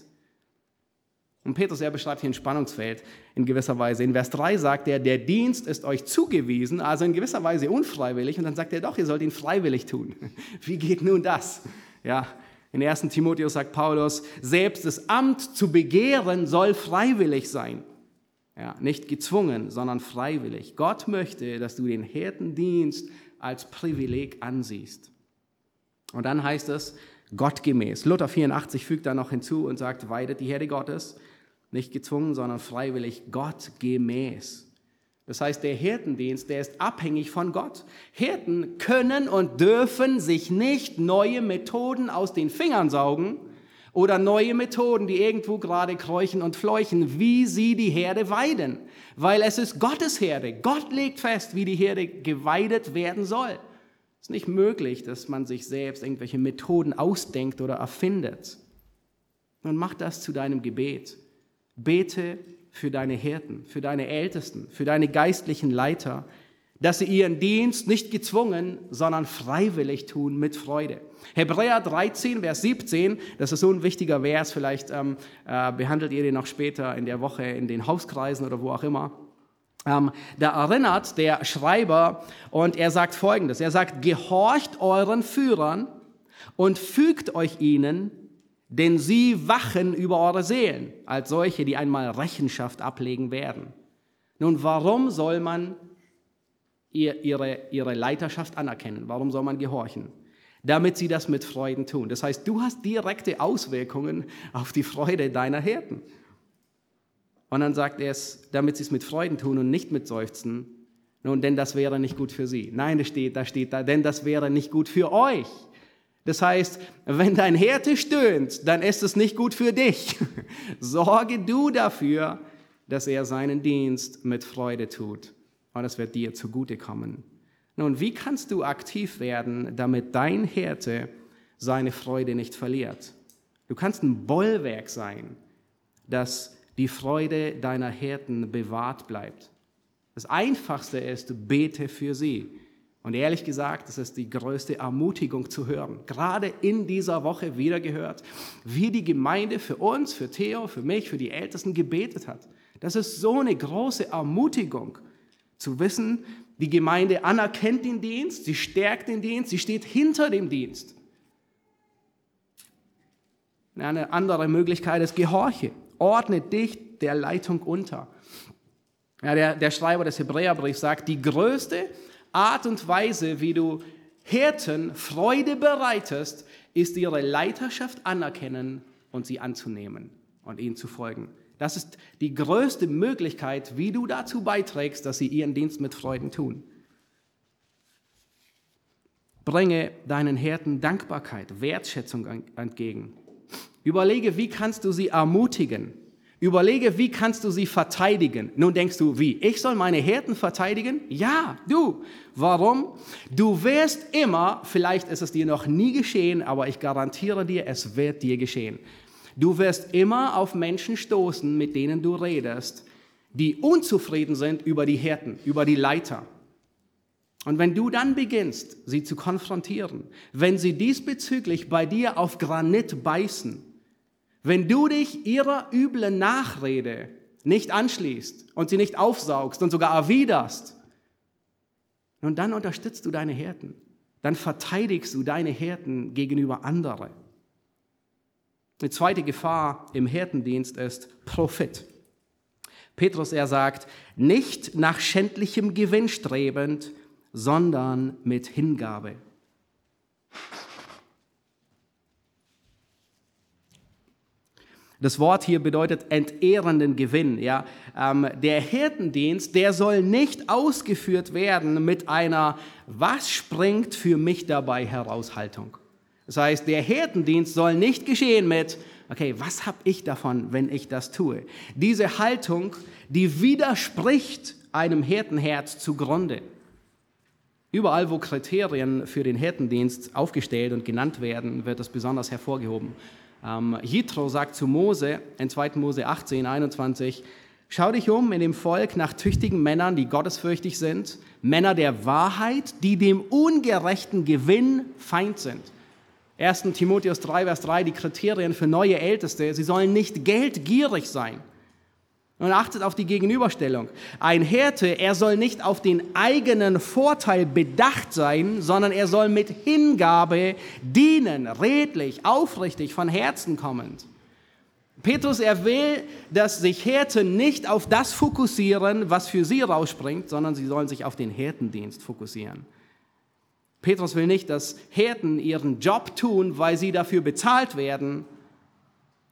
Und Petrus, er beschreibt hier ein Spannungsfeld in gewisser Weise. In Vers drei sagt er, der Dienst ist euch zugewiesen, also in gewisser Weise unfreiwillig. Und dann sagt er doch, ihr sollt ihn freiwillig tun. Wie geht nun das? Ja, in ersten Timotheus sagt Paulus, selbst das Amt zu begehren soll freiwillig sein. Ja, nicht gezwungen, sondern freiwillig. Gott möchte, dass du den Hirtendienst als Privileg ansiehst. Und dann heißt es, gottgemäß. Luther vierundachtzig fügt da noch hinzu und sagt, weidet die Herde Gottes, nicht gezwungen, sondern freiwillig, gottgemäß. Das heißt, der Hirtendienst, der ist abhängig von Gott. Hirten können und dürfen sich nicht neue Methoden aus den Fingern saugen oder neue Methoden, die irgendwo gerade kräuchen und fleuchen, wie sie die Herde weiden. Weil es ist Gottes Herde. Gott legt fest, wie die Herde geweidet werden soll. Es ist nicht möglich, dass man sich selbst irgendwelche Methoden ausdenkt oder erfindet. Nun mach das zu deinem Gebet. Bete für deine Hirten, für deine Ältesten, für deine geistlichen Leiter, dass sie ihren Dienst nicht gezwungen, sondern freiwillig tun mit Freude. Hebräer dreizehn, Vers siebzehn, das ist so ein wichtiger Vers, vielleicht ähm, äh, behandelt ihr den noch später in der Woche in den Hauskreisen oder wo auch immer. Ähm, da erinnert der Schreiber und er sagt Folgendes, er sagt, gehorcht euren Führern und fügt euch ihnen, denn sie wachen über eure Seelen, als solche, die einmal Rechenschaft ablegen werden. Nun, warum soll man ihr, ihre, ihre Leiterschaft anerkennen? Warum soll man gehorchen? Damit sie das mit Freuden tun. Das heißt, du hast direkte Auswirkungen auf die Freude deiner Hirten. Und dann sagt er es, damit sie es mit Freuden tun und nicht mit Seufzen. Nun, denn das wäre nicht gut für sie. Nein, da steht, da steht da, denn das wäre nicht gut für euch. Das heißt, wenn dein Hirte stöhnt, dann ist es nicht gut für dich. Sorge du dafür, dass er seinen Dienst mit Freude tut. Und es wird dir zugutekommen. Nun, wie kannst du aktiv werden, damit dein Hirte seine Freude nicht verliert? Du kannst ein Bollwerk sein, dass die Freude deiner Hirten bewahrt bleibt. Das Einfachste ist, bete für sie. Und ehrlich gesagt, das ist die größte Ermutigung zu hören. Gerade in dieser Woche wieder gehört, wie die Gemeinde für uns, für Theo, für mich, für die Ältesten gebetet hat. Das ist so eine große Ermutigung, zu wissen, die Gemeinde anerkennt den Dienst, sie stärkt den Dienst, sie steht hinter dem Dienst. Eine andere Möglichkeit ist, gehorche, ordne dich der Leitung unter. Ja, der, der Schreiber des Hebräerbriefs sagt, die größte Art und Weise, wie du Hirten Freude bereitest, ist ihre Leiterschaft anerkennen und sie anzunehmen und ihnen zu folgen. Das ist die größte Möglichkeit, wie du dazu beiträgst, dass sie ihren Dienst mit Freuden tun. Bringe deinen Hirten Dankbarkeit, Wertschätzung entgegen. Überlege, wie kannst du sie ermutigen? Überlege, wie kannst du sie verteidigen? Nun denkst du, wie? Ich soll meine Hirten verteidigen? Ja, du. Warum? Du wirst immer, vielleicht ist es dir noch nie geschehen, aber ich garantiere dir, es wird dir geschehen. Du wirst immer auf Menschen stoßen, mit denen du redest, die unzufrieden sind über die Hirten, über die Leiter. Und wenn du dann beginnst, sie zu konfrontieren, wenn sie diesbezüglich bei dir auf Granit beißen, wenn du dich ihrer üblen Nachrede nicht anschließt und sie nicht aufsaugst und sogar erwiderst, und dann unterstützt du deine Hirten, dann verteidigst du deine Hirten gegenüber anderen. Die zweite Gefahr im Hirtendienst ist Profit. Petrus, er sagt, nicht nach schändlichem Gewinn strebend, sondern mit Hingabe. Das Wort hier bedeutet entehrenden Gewinn. Ja? Ähm, der Hirtendienst, der soll nicht ausgeführt werden mit einer "Was springt für mich dabei" Heraushaltung. Das heißt, der Hirtendienst soll nicht geschehen mit "Okay, was habe ich davon, wenn ich das tue?" Diese Haltung, die widerspricht einem Hirtenherz zugrunde. Überall, wo Kriterien für den Hirtendienst aufgestellt und genannt werden, wird das besonders hervorgehoben. Ähm, Jethro sagt zu Mose in zweiter Mose achtzehn, einundzwanzig, schau dich um in dem Volk nach tüchtigen Männern, die gottesfürchtig sind, Männer der Wahrheit, die dem ungerechten Gewinn Feind sind. erster Timotheus drei, Vers drei, die Kriterien für neue Älteste, sie sollen nicht geldgierig sein. Und achtet auf die Gegenüberstellung. Ein Hirte, er soll nicht auf den eigenen Vorteil bedacht sein, sondern er soll mit Hingabe dienen, redlich, aufrichtig, von Herzen kommend. Petrus, er will, dass sich Hirten nicht auf das fokussieren, was für sie rausspringt, sondern sie sollen sich auf den Hirtendienst fokussieren. Petrus will nicht, dass Hirten ihren Job tun, weil sie dafür bezahlt werden,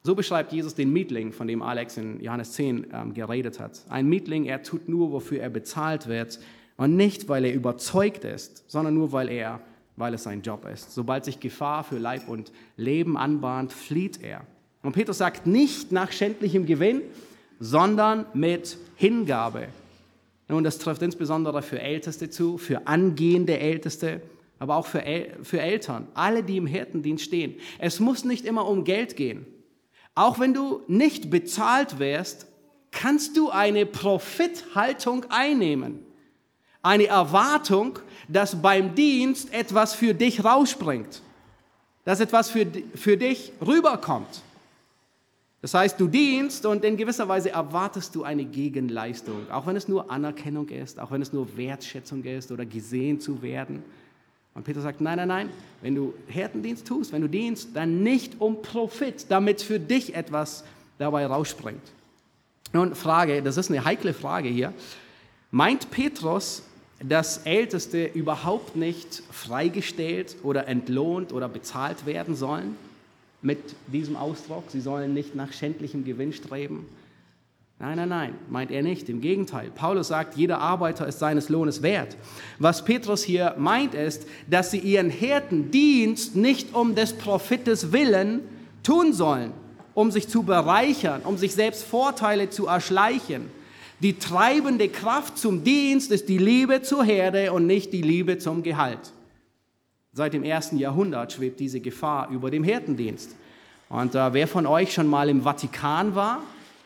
So beschreibt Jesus den Mietling, von dem Alex in Johannes zehn ähm, geredet hat. Ein Mietling, er tut nur, wofür er bezahlt wird und nicht, weil er überzeugt ist, sondern nur, weil er, weil es sein Job ist. Sobald sich Gefahr für Leib und Leben anbahnt, flieht er. Und Petrus sagt, nicht nach schändlichem Gewinn, sondern mit Hingabe. Nun, das trifft insbesondere für Älteste zu, für angehende Älteste, aber auch für, El- für Eltern, alle, die im Hirtendienst stehen. Es muss nicht immer um Geld gehen. Auch wenn du nicht bezahlt wirst, kannst du eine Profithaltung einnehmen. Eine Erwartung, dass beim Dienst etwas für dich rausspringt. Dass etwas für, für dich rüberkommt. Das heißt, du dienst und in gewisser Weise erwartest du eine Gegenleistung. Auch wenn es nur Anerkennung ist, auch wenn es nur Wertschätzung ist oder gesehen zu werden. Und Petrus sagt, nein, nein, nein, wenn du Hirtendienst tust, wenn du dienst, dann nicht um Profit, damit für dich etwas dabei rausspringt. Nun, Frage, das ist eine heikle Frage hier. Meint Petrus, dass Älteste überhaupt nicht freigestellt oder entlohnt oder bezahlt werden sollen mit diesem Ausdruck? Sie sollen nicht nach schändlichem Gewinn streben? Nein, nein, nein, meint er nicht. Im Gegenteil. Paulus sagt, jeder Arbeiter ist seines Lohnes wert. Was Petrus hier meint ist, dass sie ihren Hirtendienst nicht um des Profites willen tun sollen, um sich zu bereichern, um sich selbst Vorteile zu erschleichen. Die treibende Kraft zum Dienst ist die Liebe zur Herde und nicht die Liebe zum Gehalt. Seit dem ersten Jahrhundert schwebt diese Gefahr über dem Hirtendienst. Und äh, wer von euch schon mal im Vatikan war,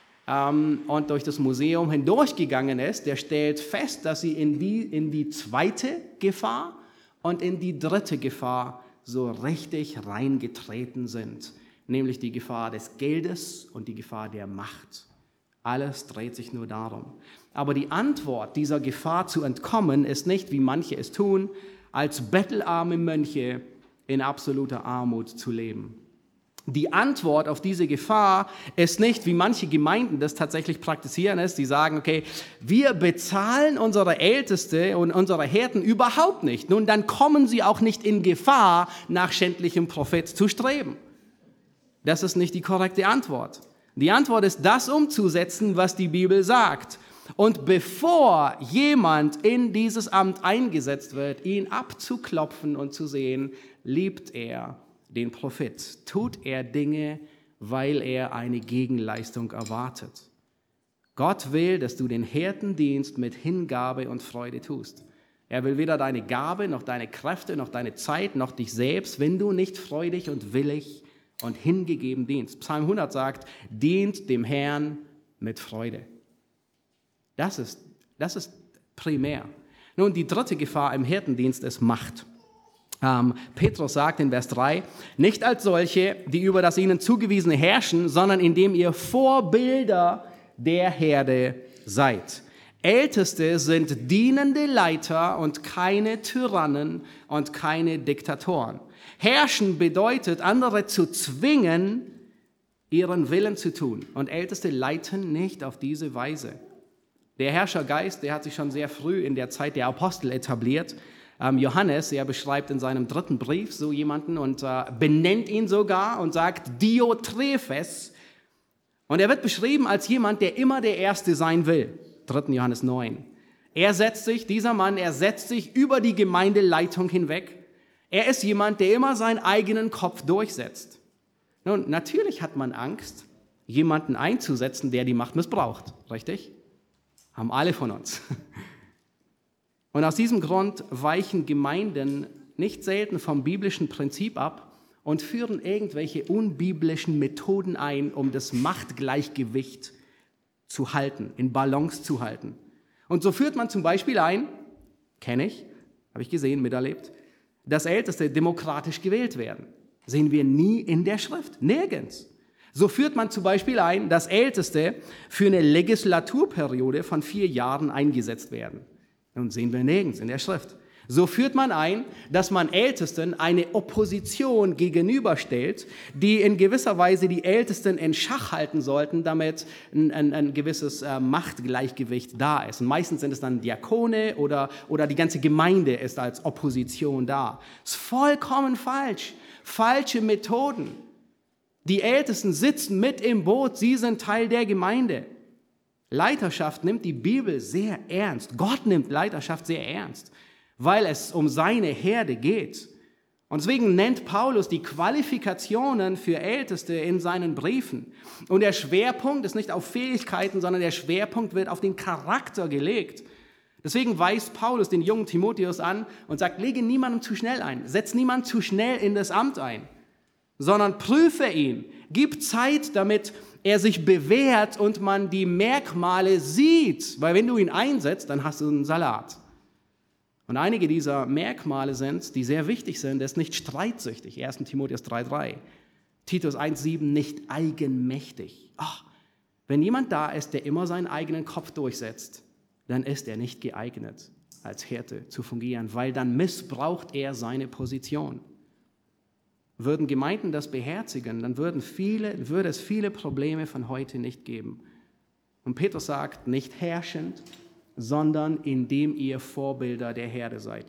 und durch das Museum hindurchgegangen ist, der stellt fest, dass sie in die, in die zweite Gefahr und in die dritte Gefahr so richtig reingetreten sind, nämlich die Gefahr des Geldes und die Gefahr der Macht. Alles dreht sich nur darum. Aber die Antwort, dieser Gefahr zu entkommen, ist nicht, wie manche es tun, als bettelarme Mönche in absoluter Armut zu leben. Die Antwort auf diese Gefahr ist nicht, wie manche Gemeinden das tatsächlich praktizieren, ist, die sagen, okay, wir bezahlen unsere Älteste und unsere Hirten überhaupt nicht. Nun, dann kommen sie auch nicht in Gefahr, nach schändlichem Profit zu streben. Das ist nicht die korrekte Antwort. Die Antwort ist, das umzusetzen, was die Bibel sagt. Und bevor jemand in dieses Amt eingesetzt wird, ihn abzuklopfen und zu sehen, liebt er den Profit, tut er Dinge, weil er eine Gegenleistung erwartet. Gott will, dass du den Hirtendienst mit Hingabe und Freude tust. Er will weder deine Gabe, noch deine Kräfte, noch deine Zeit, noch dich selbst, wenn du nicht freudig und willig und hingegeben dienst. Psalm hundert sagt, dient dem Herrn mit Freude. Das ist, das ist primär. Nun, die dritte Gefahr im Hirtendienst ist Macht. Ähm, Petrus sagt in Vers drei, nicht als solche, die über das ihnen zugewiesene herrschen, sondern indem ihr Vorbilder der Herde seid. Älteste sind dienende Leiter und keine Tyrannen und keine Diktatoren. Herrschen bedeutet, andere zu zwingen, ihren Willen zu tun. Und Älteste leiten nicht auf diese Weise. Der Herrschergeist, der hat sich schon sehr früh in der Zeit der Apostel etabliert. Ähm, Johannes, er beschreibt in seinem dritten Brief so jemanden und äh, benennt ihn sogar und sagt Diotrephes. Und er wird beschrieben als jemand, der immer der Erste sein will. dritten Johannes neun. Er setzt sich, dieser Mann, er setzt sich über die Gemeindeleitung hinweg. Er ist jemand, der immer seinen eigenen Kopf durchsetzt. Nun, natürlich hat man Angst, jemanden einzusetzen, der die Macht missbraucht. Richtig? Haben alle von uns. Und aus diesem Grund weichen Gemeinden nicht selten vom biblischen Prinzip ab und führen irgendwelche unbiblischen Methoden ein, um das Machtgleichgewicht zu halten, in Balance zu halten. Und so führt man zum Beispiel ein, kenne ich, habe ich gesehen, miterlebt, dass Älteste demokratisch gewählt werden. Sehen wir nie in der Schrift, nirgends. So führt man zum Beispiel ein, dass Älteste für eine Legislaturperiode von vier Jahren eingesetzt werden. Und sehen wir nirgends in der Schrift. So führt man ein, dass man Ältesten eine Opposition gegenüberstellt, die in gewisser Weise die Ältesten in Schach halten sollten, damit ein, ein, ein gewisses äh, Machtgleichgewicht da ist. Und meistens sind es dann Diakone oder, oder die ganze Gemeinde ist als Opposition da. Das ist vollkommen falsch. Falsche Methoden. Die Ältesten sitzen mit im Boot, sie sind Teil der Gemeinde. Leiterschaft nimmt die Bibel sehr ernst. Gott nimmt Leiterschaft sehr ernst, weil es um seine Herde geht. Und deswegen nennt Paulus die Qualifikationen für Älteste in seinen Briefen. Und der Schwerpunkt ist nicht auf Fähigkeiten, sondern der Schwerpunkt wird auf den Charakter gelegt. Deswegen weist Paulus den jungen Timotheus an und sagt, lege niemandem zu schnell ein, setz niemanden zu schnell in das Amt ein, sondern prüfe ihn, gib Zeit, damit er sich bewährt und man die Merkmale sieht. Weil wenn du ihn einsetzt, dann hast du einen Salat. Und einige dieser Merkmale sind, die sehr wichtig sind, er ist nicht streitsüchtig, erster Timotheus drei drei, Titus eins sieben, nicht eigenmächtig. Ach, wenn jemand da ist, der immer seinen eigenen Kopf durchsetzt, dann ist er nicht geeignet, als Hirte zu fungieren, weil dann missbraucht er seine Position. Würden Gemeinden das beherzigen, dann würden viele, würde es viele Probleme von heute nicht geben. Und Petrus sagt, nicht herrschend, sondern indem ihr Vorbilder der Herde seid.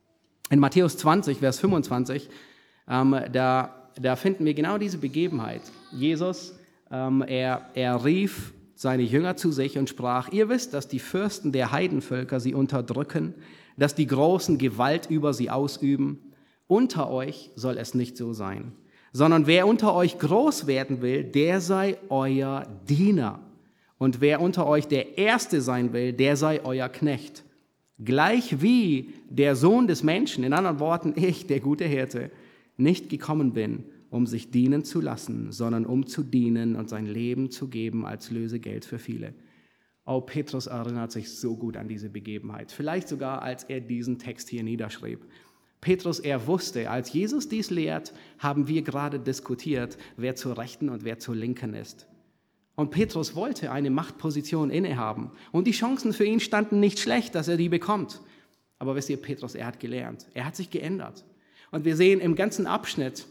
In Matthäus zwanzig, Vers fünfundzwanzig, ähm, da, da finden wir genau diese Begebenheit. Jesus, ähm, er, er rief seine Jünger zu sich und sprach, ihr wisst, dass die Fürsten der Heidenvölker sie unterdrücken, dass die Großen Gewalt über sie ausüben. Unter euch soll es nicht so sein, sondern wer unter euch groß werden will, der sei euer Diener. Und wer unter euch der Erste sein will, der sei euer Knecht. Gleich wie der Sohn des Menschen, in anderen Worten, ich, der gute Hirte, nicht gekommen bin, um sich dienen zu lassen, sondern um zu dienen und sein Leben zu geben als Lösegeld für viele. Oh, Petrus erinnert sich so gut an diese Begebenheit, vielleicht sogar, als er diesen Text hier niederschrieb. Petrus, er wusste, als Jesus dies lehrt, haben wir gerade diskutiert, wer zur Rechten und wer zur Linken ist. Und Petrus wollte eine Machtposition innehaben. Und die Chancen für ihn standen nicht schlecht, dass er die bekommt. Aber wisst ihr, Petrus, er hat gelernt. Er hat sich geändert. Und wir sehen im ganzen Abschnitt,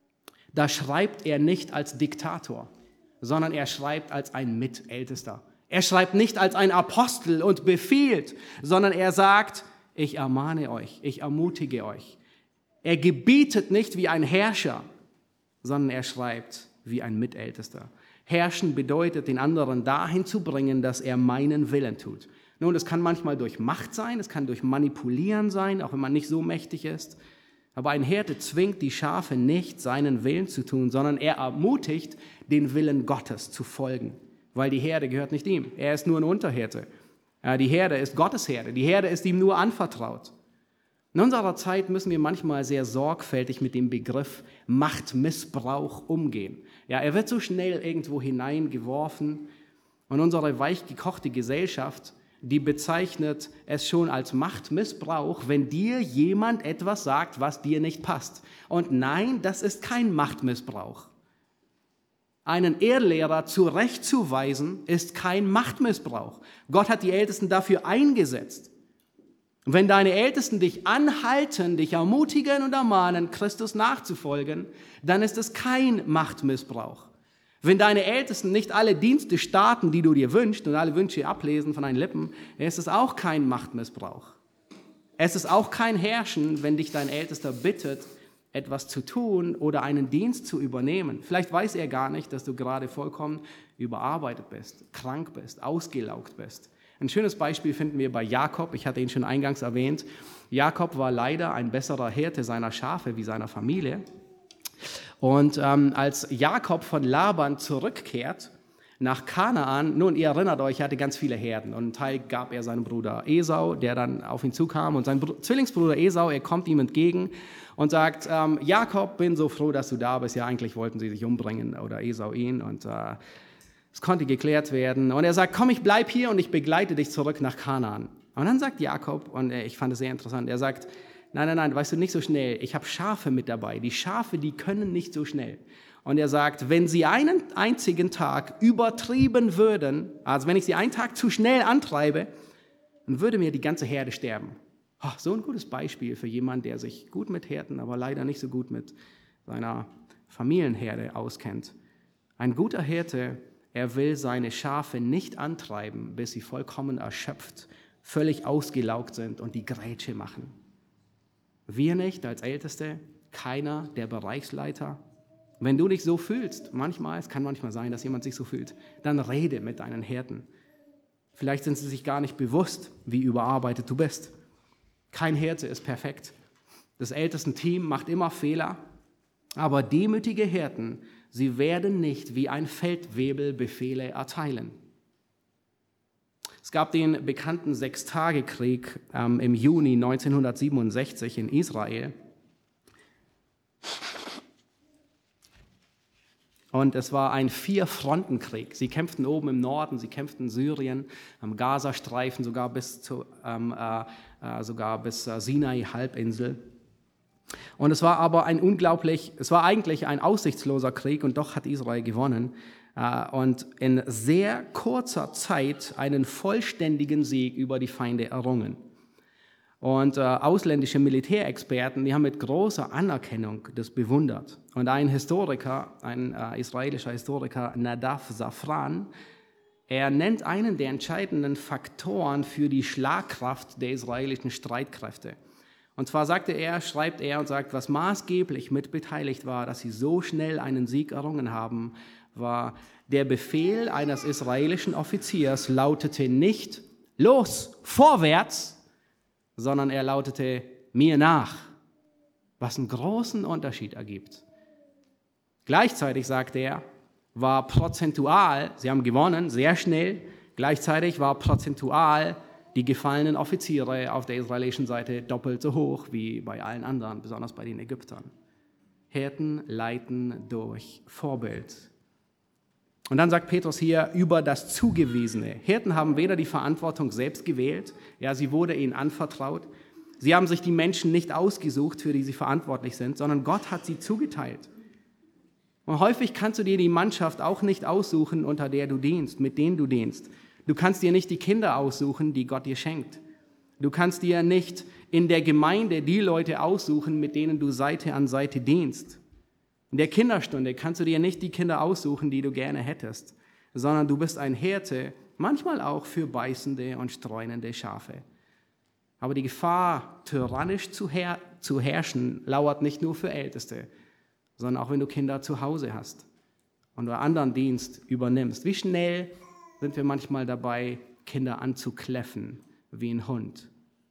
da schreibt er nicht als Diktator, sondern er schreibt als ein Mitältester. Er schreibt nicht als ein Apostel und befiehlt, sondern er sagt, ich ermahne euch, ich ermutige euch. Er gebietet nicht wie ein Herrscher, sondern er schreibt wie ein Mitältester. Herrschen bedeutet, den anderen dahin zu bringen, dass er meinen Willen tut. Nun, das kann manchmal durch Macht sein, es kann durch Manipulieren sein, auch wenn man nicht so mächtig ist. Aber ein Hirte zwingt die Schafe nicht, seinen Willen zu tun, sondern er ermutigt, den Willen Gottes zu folgen, weil die Herde gehört nicht ihm. Er ist nur ein Unterhirte. Die Herde ist Gottes Herde. Die Herde ist ihm nur anvertraut. In unserer Zeit müssen wir manchmal sehr sorgfältig mit dem Begriff Machtmissbrauch umgehen. Ja, er wird so schnell irgendwo hineingeworfen und unsere weichgekochte Gesellschaft, die bezeichnet es schon als Machtmissbrauch, wenn dir jemand etwas sagt, was dir nicht passt. Und nein, das ist kein Machtmissbrauch. Einen Irrlehrer zurechtzuweisen, ist kein Machtmissbrauch. Gott hat die Ältesten dafür eingesetzt. Und wenn deine Ältesten dich anhalten, dich ermutigen und ermahnen, Christus nachzufolgen, dann ist es kein Machtmissbrauch. Wenn deine Ältesten nicht alle Dienste starten, die du dir wünschst und alle Wünsche ablesen von deinen Lippen, ist es auch kein Machtmissbrauch. Es ist auch kein Herrschen, wenn dich dein Ältester bittet, etwas zu tun oder einen Dienst zu übernehmen. Vielleicht weiß er gar nicht, dass du gerade vollkommen überarbeitet bist, krank bist, ausgelaugt bist. Ein schönes Beispiel finden wir bei Jakob. Ich hatte ihn schon eingangs erwähnt. Jakob war leider ein besserer Hirte seiner Schafe wie seiner Familie. Und ähm, als Jakob von Laban zurückkehrt nach Kanaan, nun, ihr erinnert euch, er hatte ganz viele Herden. Und einen Teil gab er seinem Bruder Esau, der dann auf ihn zukam. Und sein Br- Zwillingsbruder Esau, er kommt ihm entgegen und sagt, ähm, Jakob, bin so froh, dass du da bist. Ja, eigentlich wollten sie sich umbringen oder Esau ihn. Und äh, es konnte geklärt werden. Und er sagt, komm, ich bleib hier und ich begleite dich zurück nach Kanaan. Und dann sagt Jakob, und äh, ich fand es sehr interessant, er sagt, nein, nein, nein, weißt du, nicht so schnell. Ich habe Schafe mit dabei. Die Schafe, die können nicht so schnell. Und er sagt, wenn sie einen einzigen Tag übertrieben würden, also wenn ich sie einen Tag zu schnell antreibe, dann würde mir die ganze Herde sterben. Oh, so ein gutes Beispiel für jemanden, der sich gut mit Herden, aber leider nicht so gut mit seiner Familienherde auskennt. Ein guter Hirte, er will seine Schafe nicht antreiben, bis sie vollkommen erschöpft, völlig ausgelaugt sind und die Grätsche machen. Wir nicht als Älteste, keiner der Bereichsleiter, Wenn du dich so fühlst, manchmal, es kann manchmal sein, dass jemand sich so fühlt, dann rede mit deinen Hirten. Vielleicht sind sie sich gar nicht bewusst, wie überarbeitet du bist. Kein Hirte ist perfekt. Das Ältestenteam macht immer Fehler, aber demütige Hirten, sie werden nicht wie ein Feldwebel Befehle erteilen. Es gab den bekannten Sechstagekrieg ähm, im Juni neunzehnhundertsiebenundsechzig in Israel. Und es war ein Vier-Fronten-Krieg. Sie kämpften oben im Norden, sie kämpften in Syrien, am Gazastreifen, sogar bis zu, ähm, äh, äh, sogar bis äh, Sinai-Halbinsel. Und es war aber ein unglaublich, es war eigentlich ein aussichtsloser Krieg und doch hat Israel gewonnen äh, und in sehr kurzer Zeit einen vollständigen Sieg über die Feinde errungen. Und äh, ausländische Militärexperten, die haben mit großer Anerkennung das bewundert. Und ein Historiker, ein äh, israelischer Historiker, Nadav Safran, er nennt einen der entscheidenden Faktoren für die Schlagkraft der israelischen Streitkräfte. Und zwar sagte er, schreibt er und sagt, was maßgeblich mit beteiligt war, dass sie so schnell einen Sieg errungen haben, war der Befehl eines israelischen Offiziers lautete nicht, los, vorwärts, sondern er lautete, mir nach, was einen großen Unterschied ergibt. Gleichzeitig, sagte er, war prozentual, sie haben gewonnen, sehr schnell, gleichzeitig war prozentual die gefallenen Offiziere auf der israelischen Seite doppelt so hoch wie bei allen anderen, besonders bei den Ägyptern. Hirten leiten durch Vorbild. Und dann sagt Petrus hier über das Zugewiesene. Hirten haben weder die Verantwortung selbst gewählt, ja, sie wurde ihnen anvertraut. Sie haben sich die Menschen nicht ausgesucht, für die sie verantwortlich sind, sondern Gott hat sie zugeteilt. Und häufig kannst du dir die Mannschaft auch nicht aussuchen, unter der du dienst, mit denen du dienst. Du kannst dir nicht die Kinder aussuchen, die Gott dir schenkt. Du kannst dir nicht in der Gemeinde die Leute aussuchen, mit denen du Seite an Seite dienst. In der Kinderstunde kannst du dir nicht die Kinder aussuchen, die du gerne hättest, sondern du bist ein Hirte, manchmal auch für beißende und streunende Schafe. Aber die Gefahr, tyrannisch zu, her- zu herrschen, lauert nicht nur für Älteste, sondern auch wenn du Kinder zu Hause hast und du anderen Dienst übernimmst. Wie schnell sind wir manchmal dabei, Kinder anzukläffen wie ein Hund.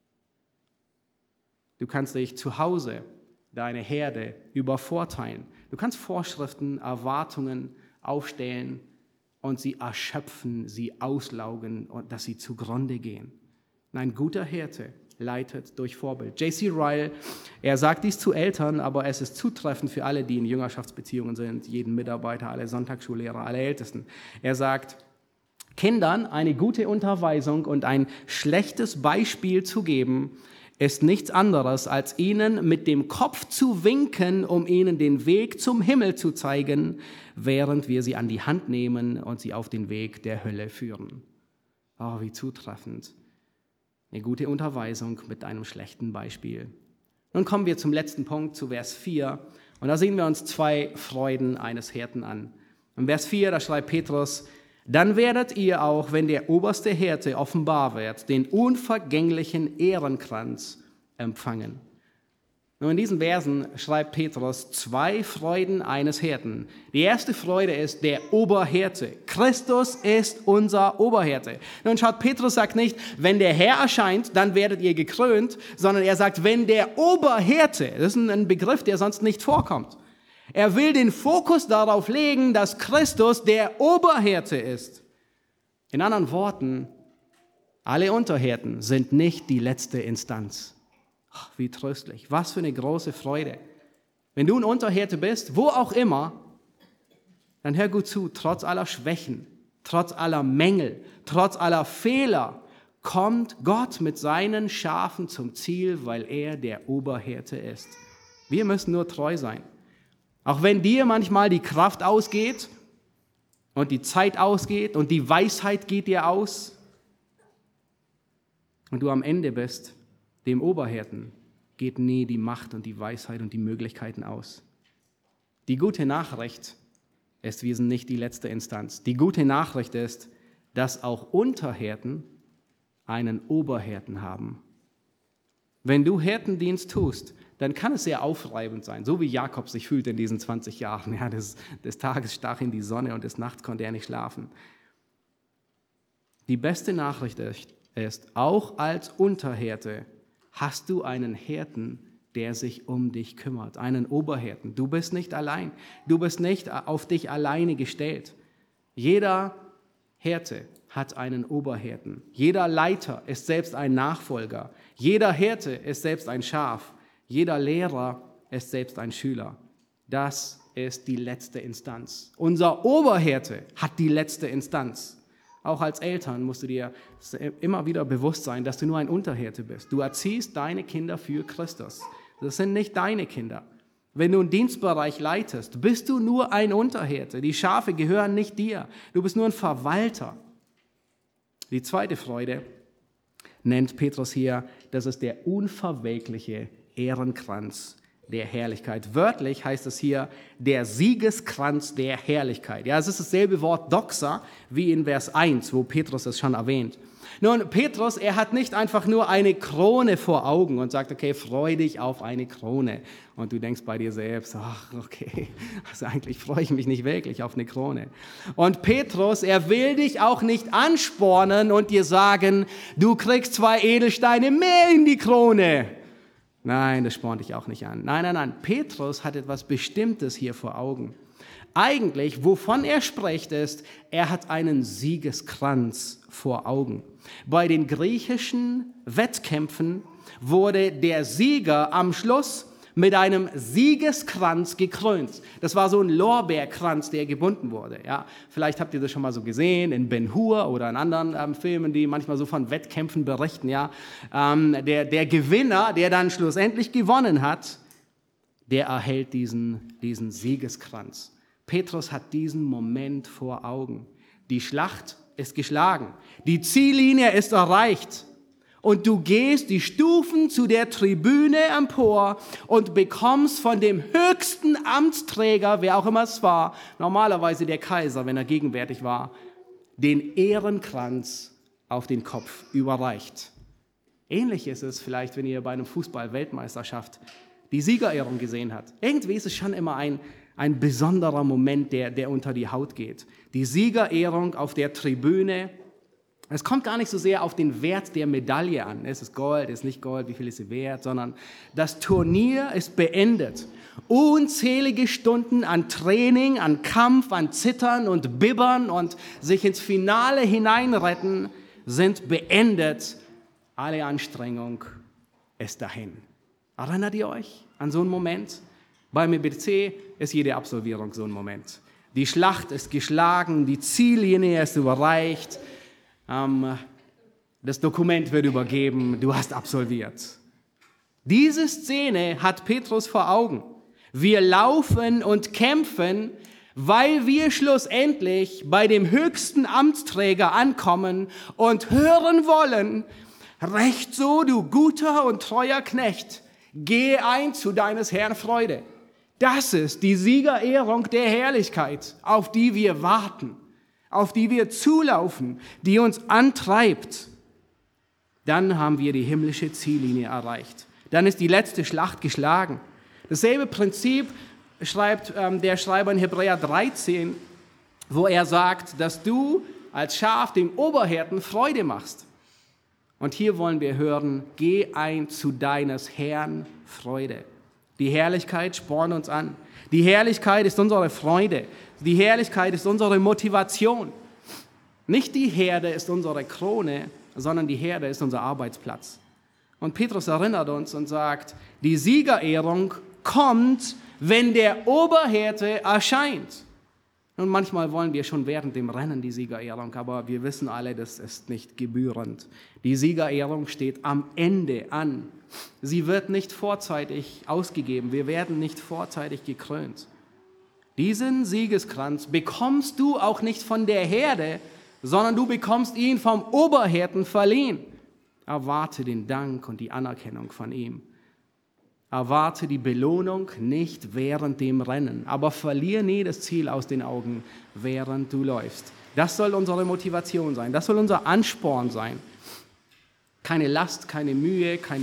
Du kannst dich zu Hause deine Herde übervorteilen. Du kannst Vorschriften, Erwartungen aufstellen und sie erschöpfen, sie auslaugen und dass sie zugrunde gehen. Ein guter Hirte leitet durch Vorbild. J C Ryle, er sagt dies zu Eltern, aber es ist zutreffend für alle, die in Jüngerschaftsbeziehungen sind, jeden Mitarbeiter, alle Sonntagsschullehrer, alle Ältesten. Er sagt, Kindern eine gute Unterweisung und ein schlechtes Beispiel zu geben, ist nichts anderes, als ihnen mit dem Kopf zu winken, um ihnen den Weg zum Himmel zu zeigen, während wir sie an die Hand nehmen und sie auf den Weg der Hölle führen. Oh, wie zutreffend. Eine gute Unterweisung mit einem schlechten Beispiel. Nun kommen wir zum letzten Punkt, zu Vers vier. Und da sehen wir uns zwei Freuden eines Hirten an. Im Vers vier, da schreibt Petrus, dann werdet ihr auch, wenn der oberste Hirte offenbar wird, den unvergänglichen Ehrenkranz empfangen. Nun, in diesen Versen schreibt Petrus zwei Freuden eines Hirten. Die erste Freude ist der Oberhirte. Christus ist unser Oberhirte. Nun schaut, Petrus sagt nicht, wenn der Herr erscheint, dann werdet ihr gekrönt, sondern er sagt, wenn der Oberhirte, das ist ein Begriff, der sonst nicht vorkommt. Er will den Fokus darauf legen, dass Christus der Oberhirte ist. In anderen Worten, alle Unterhirten sind nicht die letzte Instanz. Ach, wie tröstlich, was für eine große Freude. Wenn du ein Unterhirte bist, wo auch immer, dann hör gut zu, trotz aller Schwächen, trotz aller Mängel, trotz aller Fehler, kommt Gott mit seinen Schafen zum Ziel, weil er der Oberhirte ist. Wir müssen nur treu sein. Auch wenn dir manchmal die Kraft ausgeht und die Zeit ausgeht und die Weisheit geht dir aus und du am Ende bist, dem Oberhirten geht nie die Macht und die Weisheit und die Möglichkeiten aus. Die gute Nachricht ist, wir sind nicht die letzte Instanz. Die gute Nachricht ist, dass auch Unterhirten einen Oberhirten haben. Wenn du Hirtendienst tust, dann kann es sehr aufreibend sein, so wie Jakob sich fühlt in diesen zwanzig Jahren. Ja, des, des Tages stach in die Sonne und des Nachts konnte er nicht schlafen. Die beste Nachricht ist, auch als Unterhirte hast du einen Hirten, der sich um dich kümmert, einen Oberhirten. Du bist nicht allein, du bist nicht auf dich alleine gestellt. Jeder Hirte hat einen Oberhirten. Jeder Leiter ist selbst ein Nachfolger. Jeder Hirte ist selbst ein Schaf. Jeder Lehrer ist selbst ein Schüler. Das ist die letzte Instanz. Unser Oberhirte hat die letzte Instanz. Auch als Eltern musst du dir immer wieder bewusst sein, dass du nur ein Unterhirte bist. Du erziehst deine Kinder für Christus. Das sind nicht deine Kinder. Wenn du einen Dienstbereich leitest, bist du nur ein Unterhirte. Die Schafe gehören nicht dir. Du bist nur ein Verwalter. Die zweite Freude nennt Petrus hier, das ist der unverwelkliche Ehrenkranz der Herrlichkeit. Wörtlich heißt es hier der Siegeskranz der Herrlichkeit. Ja, es ist dasselbe Wort Doxa wie in Vers eins, wo Petrus es schon erwähnt. Nun, Petrus, er hat nicht einfach nur eine Krone vor Augen und sagt, okay, freu dich auf eine Krone. Und du denkst bei dir selbst, ach, okay, also eigentlich freue ich mich nicht wirklich auf eine Krone. Und Petrus, er will dich auch nicht anspornen und dir sagen, du kriegst zwei Edelsteine mehr in die Krone. Nein, das spornt dich auch nicht an. Nein, nein, nein. Petrus hat etwas Bestimmtes hier vor Augen. Eigentlich, wovon er spricht, ist, er hat einen Siegeskranz vor Augen. Bei den griechischen Wettkämpfen wurde der Sieger am Schluss mit einem Siegeskranz gekrönt. Das war so ein Lorbeerkranz, der gebunden wurde. Ja, vielleicht habt ihr das schon mal so gesehen in Ben-Hur oder in anderen ähm, Filmen, die manchmal so von Wettkämpfen berichten. Ja, ähm, der, der Gewinner, der dann schlussendlich gewonnen hat, der erhält diesen, diesen Siegeskranz. Petrus hat diesen Moment vor Augen. Die Schlacht ist geschlagen. Die Ziellinie ist erreicht. Und du gehst die Stufen zu der Tribüne empor und bekommst von dem höchsten Amtsträger, wer auch immer es war, normalerweise der Kaiser, wenn er gegenwärtig war, den Ehrenkranz auf den Kopf überreicht. Ähnlich ist es vielleicht, wenn ihr bei einem Fußball-Weltmeisterschaft die Siegerehrung gesehen habt. Irgendwie ist es schon immer ein, ein besonderer Moment, der, der unter die Haut geht. Die Siegerehrung auf der Tribüne. Es kommt gar nicht so sehr auf den Wert der Medaille an. Ist es Gold, ist nicht Gold, wie viel ist sie wert, sondern das Turnier ist beendet. Unzählige Stunden an Training, an Kampf, an Zittern und Bibbern und sich ins Finale hineinretten sind beendet. Alle Anstrengung ist dahin. Erinnert ihr euch an so einen Moment? Beim E B C ist jede Absolvierung so ein Moment. Die Schlacht ist geschlagen, die Ziellinie ist überreicht. Das Dokument wird übergeben, du hast absolviert. Diese Szene hat Petrus vor Augen. Wir laufen und kämpfen, weil wir schlussendlich bei dem höchsten Amtsträger ankommen und hören wollen, recht so, du guter und treuer Knecht, geh ein zu deines Herrn Freude. Das ist die Siegerehrung der Herrlichkeit, auf die wir warten, auf die wir zulaufen, die uns antreibt. Dann haben wir die himmlische Ziellinie erreicht. Dann ist die letzte Schlacht geschlagen. Dasselbe Prinzip schreibt ähm, der Schreiber in Hebräer dreizehn, wo er sagt, dass du als Schaf dem Oberhirten Freude machst. Und hier wollen wir hören, geh ein zu deines Herrn Freude. Die Herrlichkeit spornt uns an. Die Herrlichkeit ist unsere Freude. Die Herrlichkeit ist unsere Motivation. Nicht die Herde ist unsere Krone, sondern die Herde ist unser Arbeitsplatz. Und Petrus erinnert uns und sagt, die Siegerehrung kommt, wenn der Oberhirte erscheint. Und manchmal wollen wir schon während dem Rennen die Siegerehrung, aber wir wissen alle, das ist nicht gebührend. Die Siegerehrung steht am Ende an. Sie wird nicht vorzeitig ausgegeben. Wir werden nicht vorzeitig gekrönt. Diesen Siegeskranz bekommst du auch nicht von der Herde, sondern du bekommst ihn vom Oberhirten verliehen. Erwarte den Dank und die Anerkennung von ihm. Erwarte die Belohnung nicht während dem Rennen, aber verliere nie das Ziel aus den Augen, während du läufst. Das soll unsere Motivation sein, das soll unser Ansporn sein. Keine Last, keine Mühe, kein,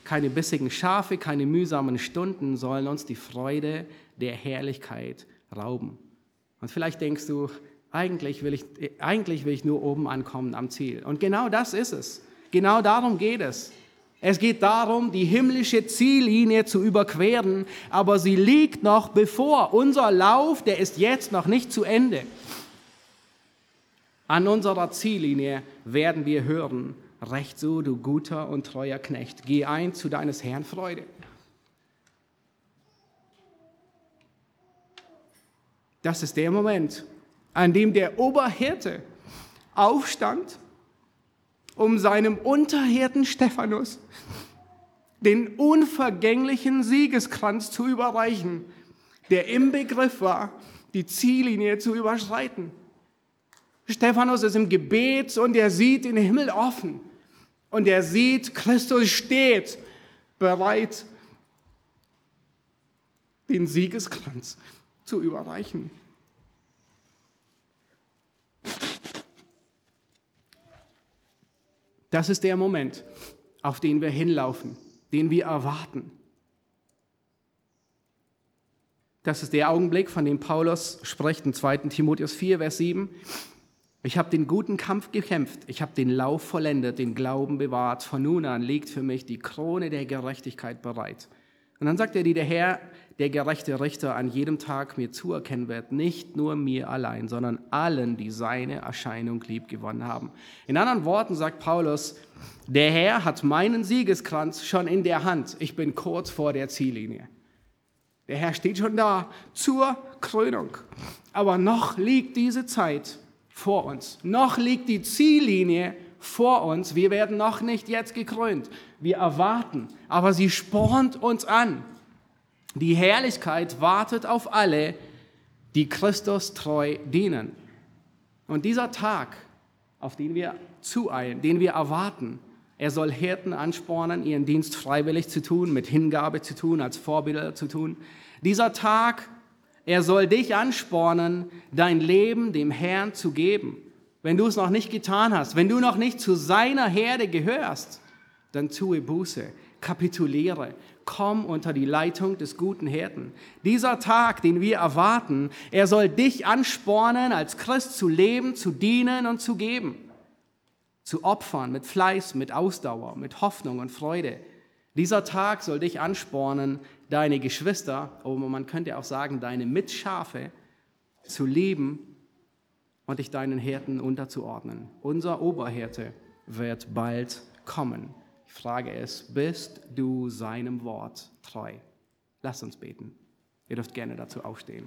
keine bissigen Schafe, keine mühsamen Stunden sollen uns die Freude der Herrlichkeit rauben. Und vielleicht denkst du, eigentlich will ich, eigentlich will ich nur oben ankommen am Ziel. Und genau das ist es. Genau darum geht es. Es geht darum, die himmlische Ziellinie zu überqueren, aber sie liegt noch bevor. Unser Lauf, der ist jetzt noch nicht zu Ende. An unserer Ziellinie werden wir hören, recht so, du guter und treuer Knecht, geh ein zu deines Herrn Freude. Das ist der Moment, an dem der Oberhirte aufstand, um seinem Unterhirten Stephanus den unvergänglichen Siegeskranz zu überreichen, der im Begriff war, die Ziellinie zu überschreiten. Stephanus ist im Gebet und er sieht den Himmel offen und er sieht, Christus steht bereit, den Siegeskranz zu überreichen. Das ist der Moment, auf den wir hinlaufen, den wir erwarten. Das ist der Augenblick, von dem Paulus spricht in zweiten Timotheus vier, Vers sieben. Ich habe den guten Kampf gekämpft, ich habe den Lauf vollendet, den Glauben bewahrt. Von nun an liegt für mich die Krone der Gerechtigkeit bereit. Und dann sagt er, die der Herr, der gerechte Richter, an jedem Tag mir zuerkennen wird, nicht nur mir allein, sondern allen, die seine Erscheinung liebgewonnen haben. In anderen Worten sagt Paulus, der Herr hat meinen Siegeskranz schon in der Hand. Ich bin kurz vor der Ziellinie. Der Herr steht schon da zur Krönung. Aber noch liegt diese Zeit vor uns. Noch liegt die Ziellinie vor uns. Wir werden noch nicht jetzt gekrönt. Wir erwarten, aber sie spornt uns an. Die Herrlichkeit wartet auf alle, die Christus treu dienen. Und dieser Tag, auf den wir zueilen, den wir erwarten, er soll Hirten anspornen, ihren Dienst freiwillig zu tun, mit Hingabe zu tun, als Vorbilder zu tun. Dieser Tag, er soll dich anspornen, dein Leben dem Herrn zu geben. Wenn du es noch nicht getan hast, wenn du noch nicht zu seiner Herde gehörst, dann tue Buße, kapituliere, komm unter die Leitung des guten Hirten. Dieser Tag, den wir erwarten, er soll dich anspornen, als Christ zu leben, zu dienen und zu geben, zu opfern mit Fleiß, mit Ausdauer, mit Hoffnung und Freude. Dieser Tag soll dich anspornen, deine Geschwister, aber man könnte auch sagen, deine Mitschafe zu lieben und dich deinen Hirten unterzuordnen. Unser Oberhirte wird bald kommen. Die Frage ist, bist du seinem Wort treu? Lasst uns beten. Ihr dürft gerne dazu aufstehen.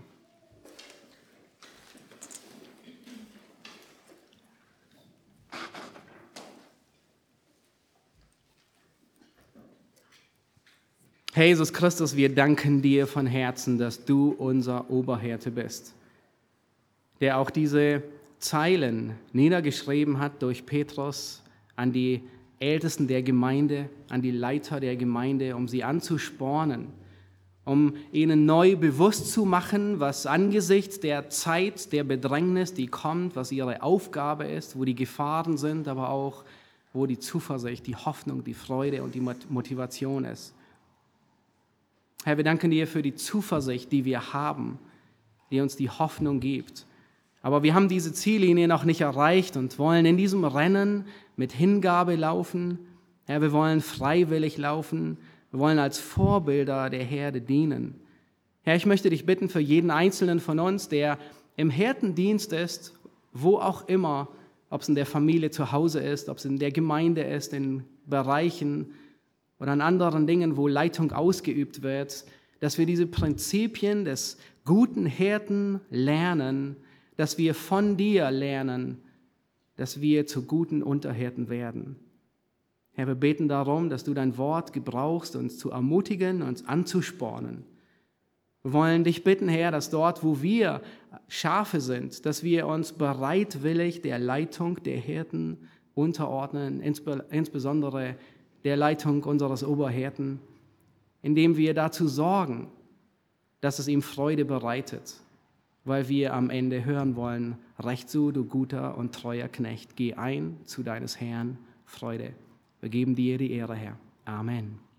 Herr Jesus Christus, wir danken dir von Herzen, dass du unser Oberhirte bist, der auch diese Zeilen niedergeschrieben hat durch Petrus an die Ältesten der Gemeinde, an die Leiter der Gemeinde, um sie anzuspornen, um ihnen neu bewusst zu machen, was angesichts der Zeit der Bedrängnis, die kommt, was ihre Aufgabe ist, wo die Gefahren sind, aber auch wo die Zuversicht, die Hoffnung, die Freude und die Motivation ist. Herr, wir danken dir für die Zuversicht, die wir haben, die uns die Hoffnung gibt. Aber wir haben diese Ziellinie noch nicht erreicht und wollen in diesem Rennen mit Hingabe laufen. Herr, wir wollen freiwillig laufen. Wir wollen als Vorbilder der Herde dienen. Herr, ich möchte dich bitten für jeden Einzelnen von uns, der im Hirtendienst ist, wo auch immer, ob es in der Familie zu Hause ist, ob es in der Gemeinde ist, in Bereichen oder an anderen Dingen, wo Leitung ausgeübt wird, dass wir diese Prinzipien des guten Hirten lernen, dass wir von dir lernen, dass wir zu guten Unterhirten werden. Herr, wir beten darum, dass du dein Wort gebrauchst, uns zu ermutigen, uns anzuspornen. Wir wollen dich bitten, Herr, dass dort, wo wir Schafe sind, dass wir uns bereitwillig der Leitung der Hirten unterordnen, insbesondere der Leitung unseres Oberhirten, indem wir dazu sorgen, dass es ihm Freude bereitet, weil wir am Ende hören wollen, recht so, du guter und treuer Knecht, geh ein zu deines Herrn Freude. Wir geben dir die Ehre, Herr. Amen.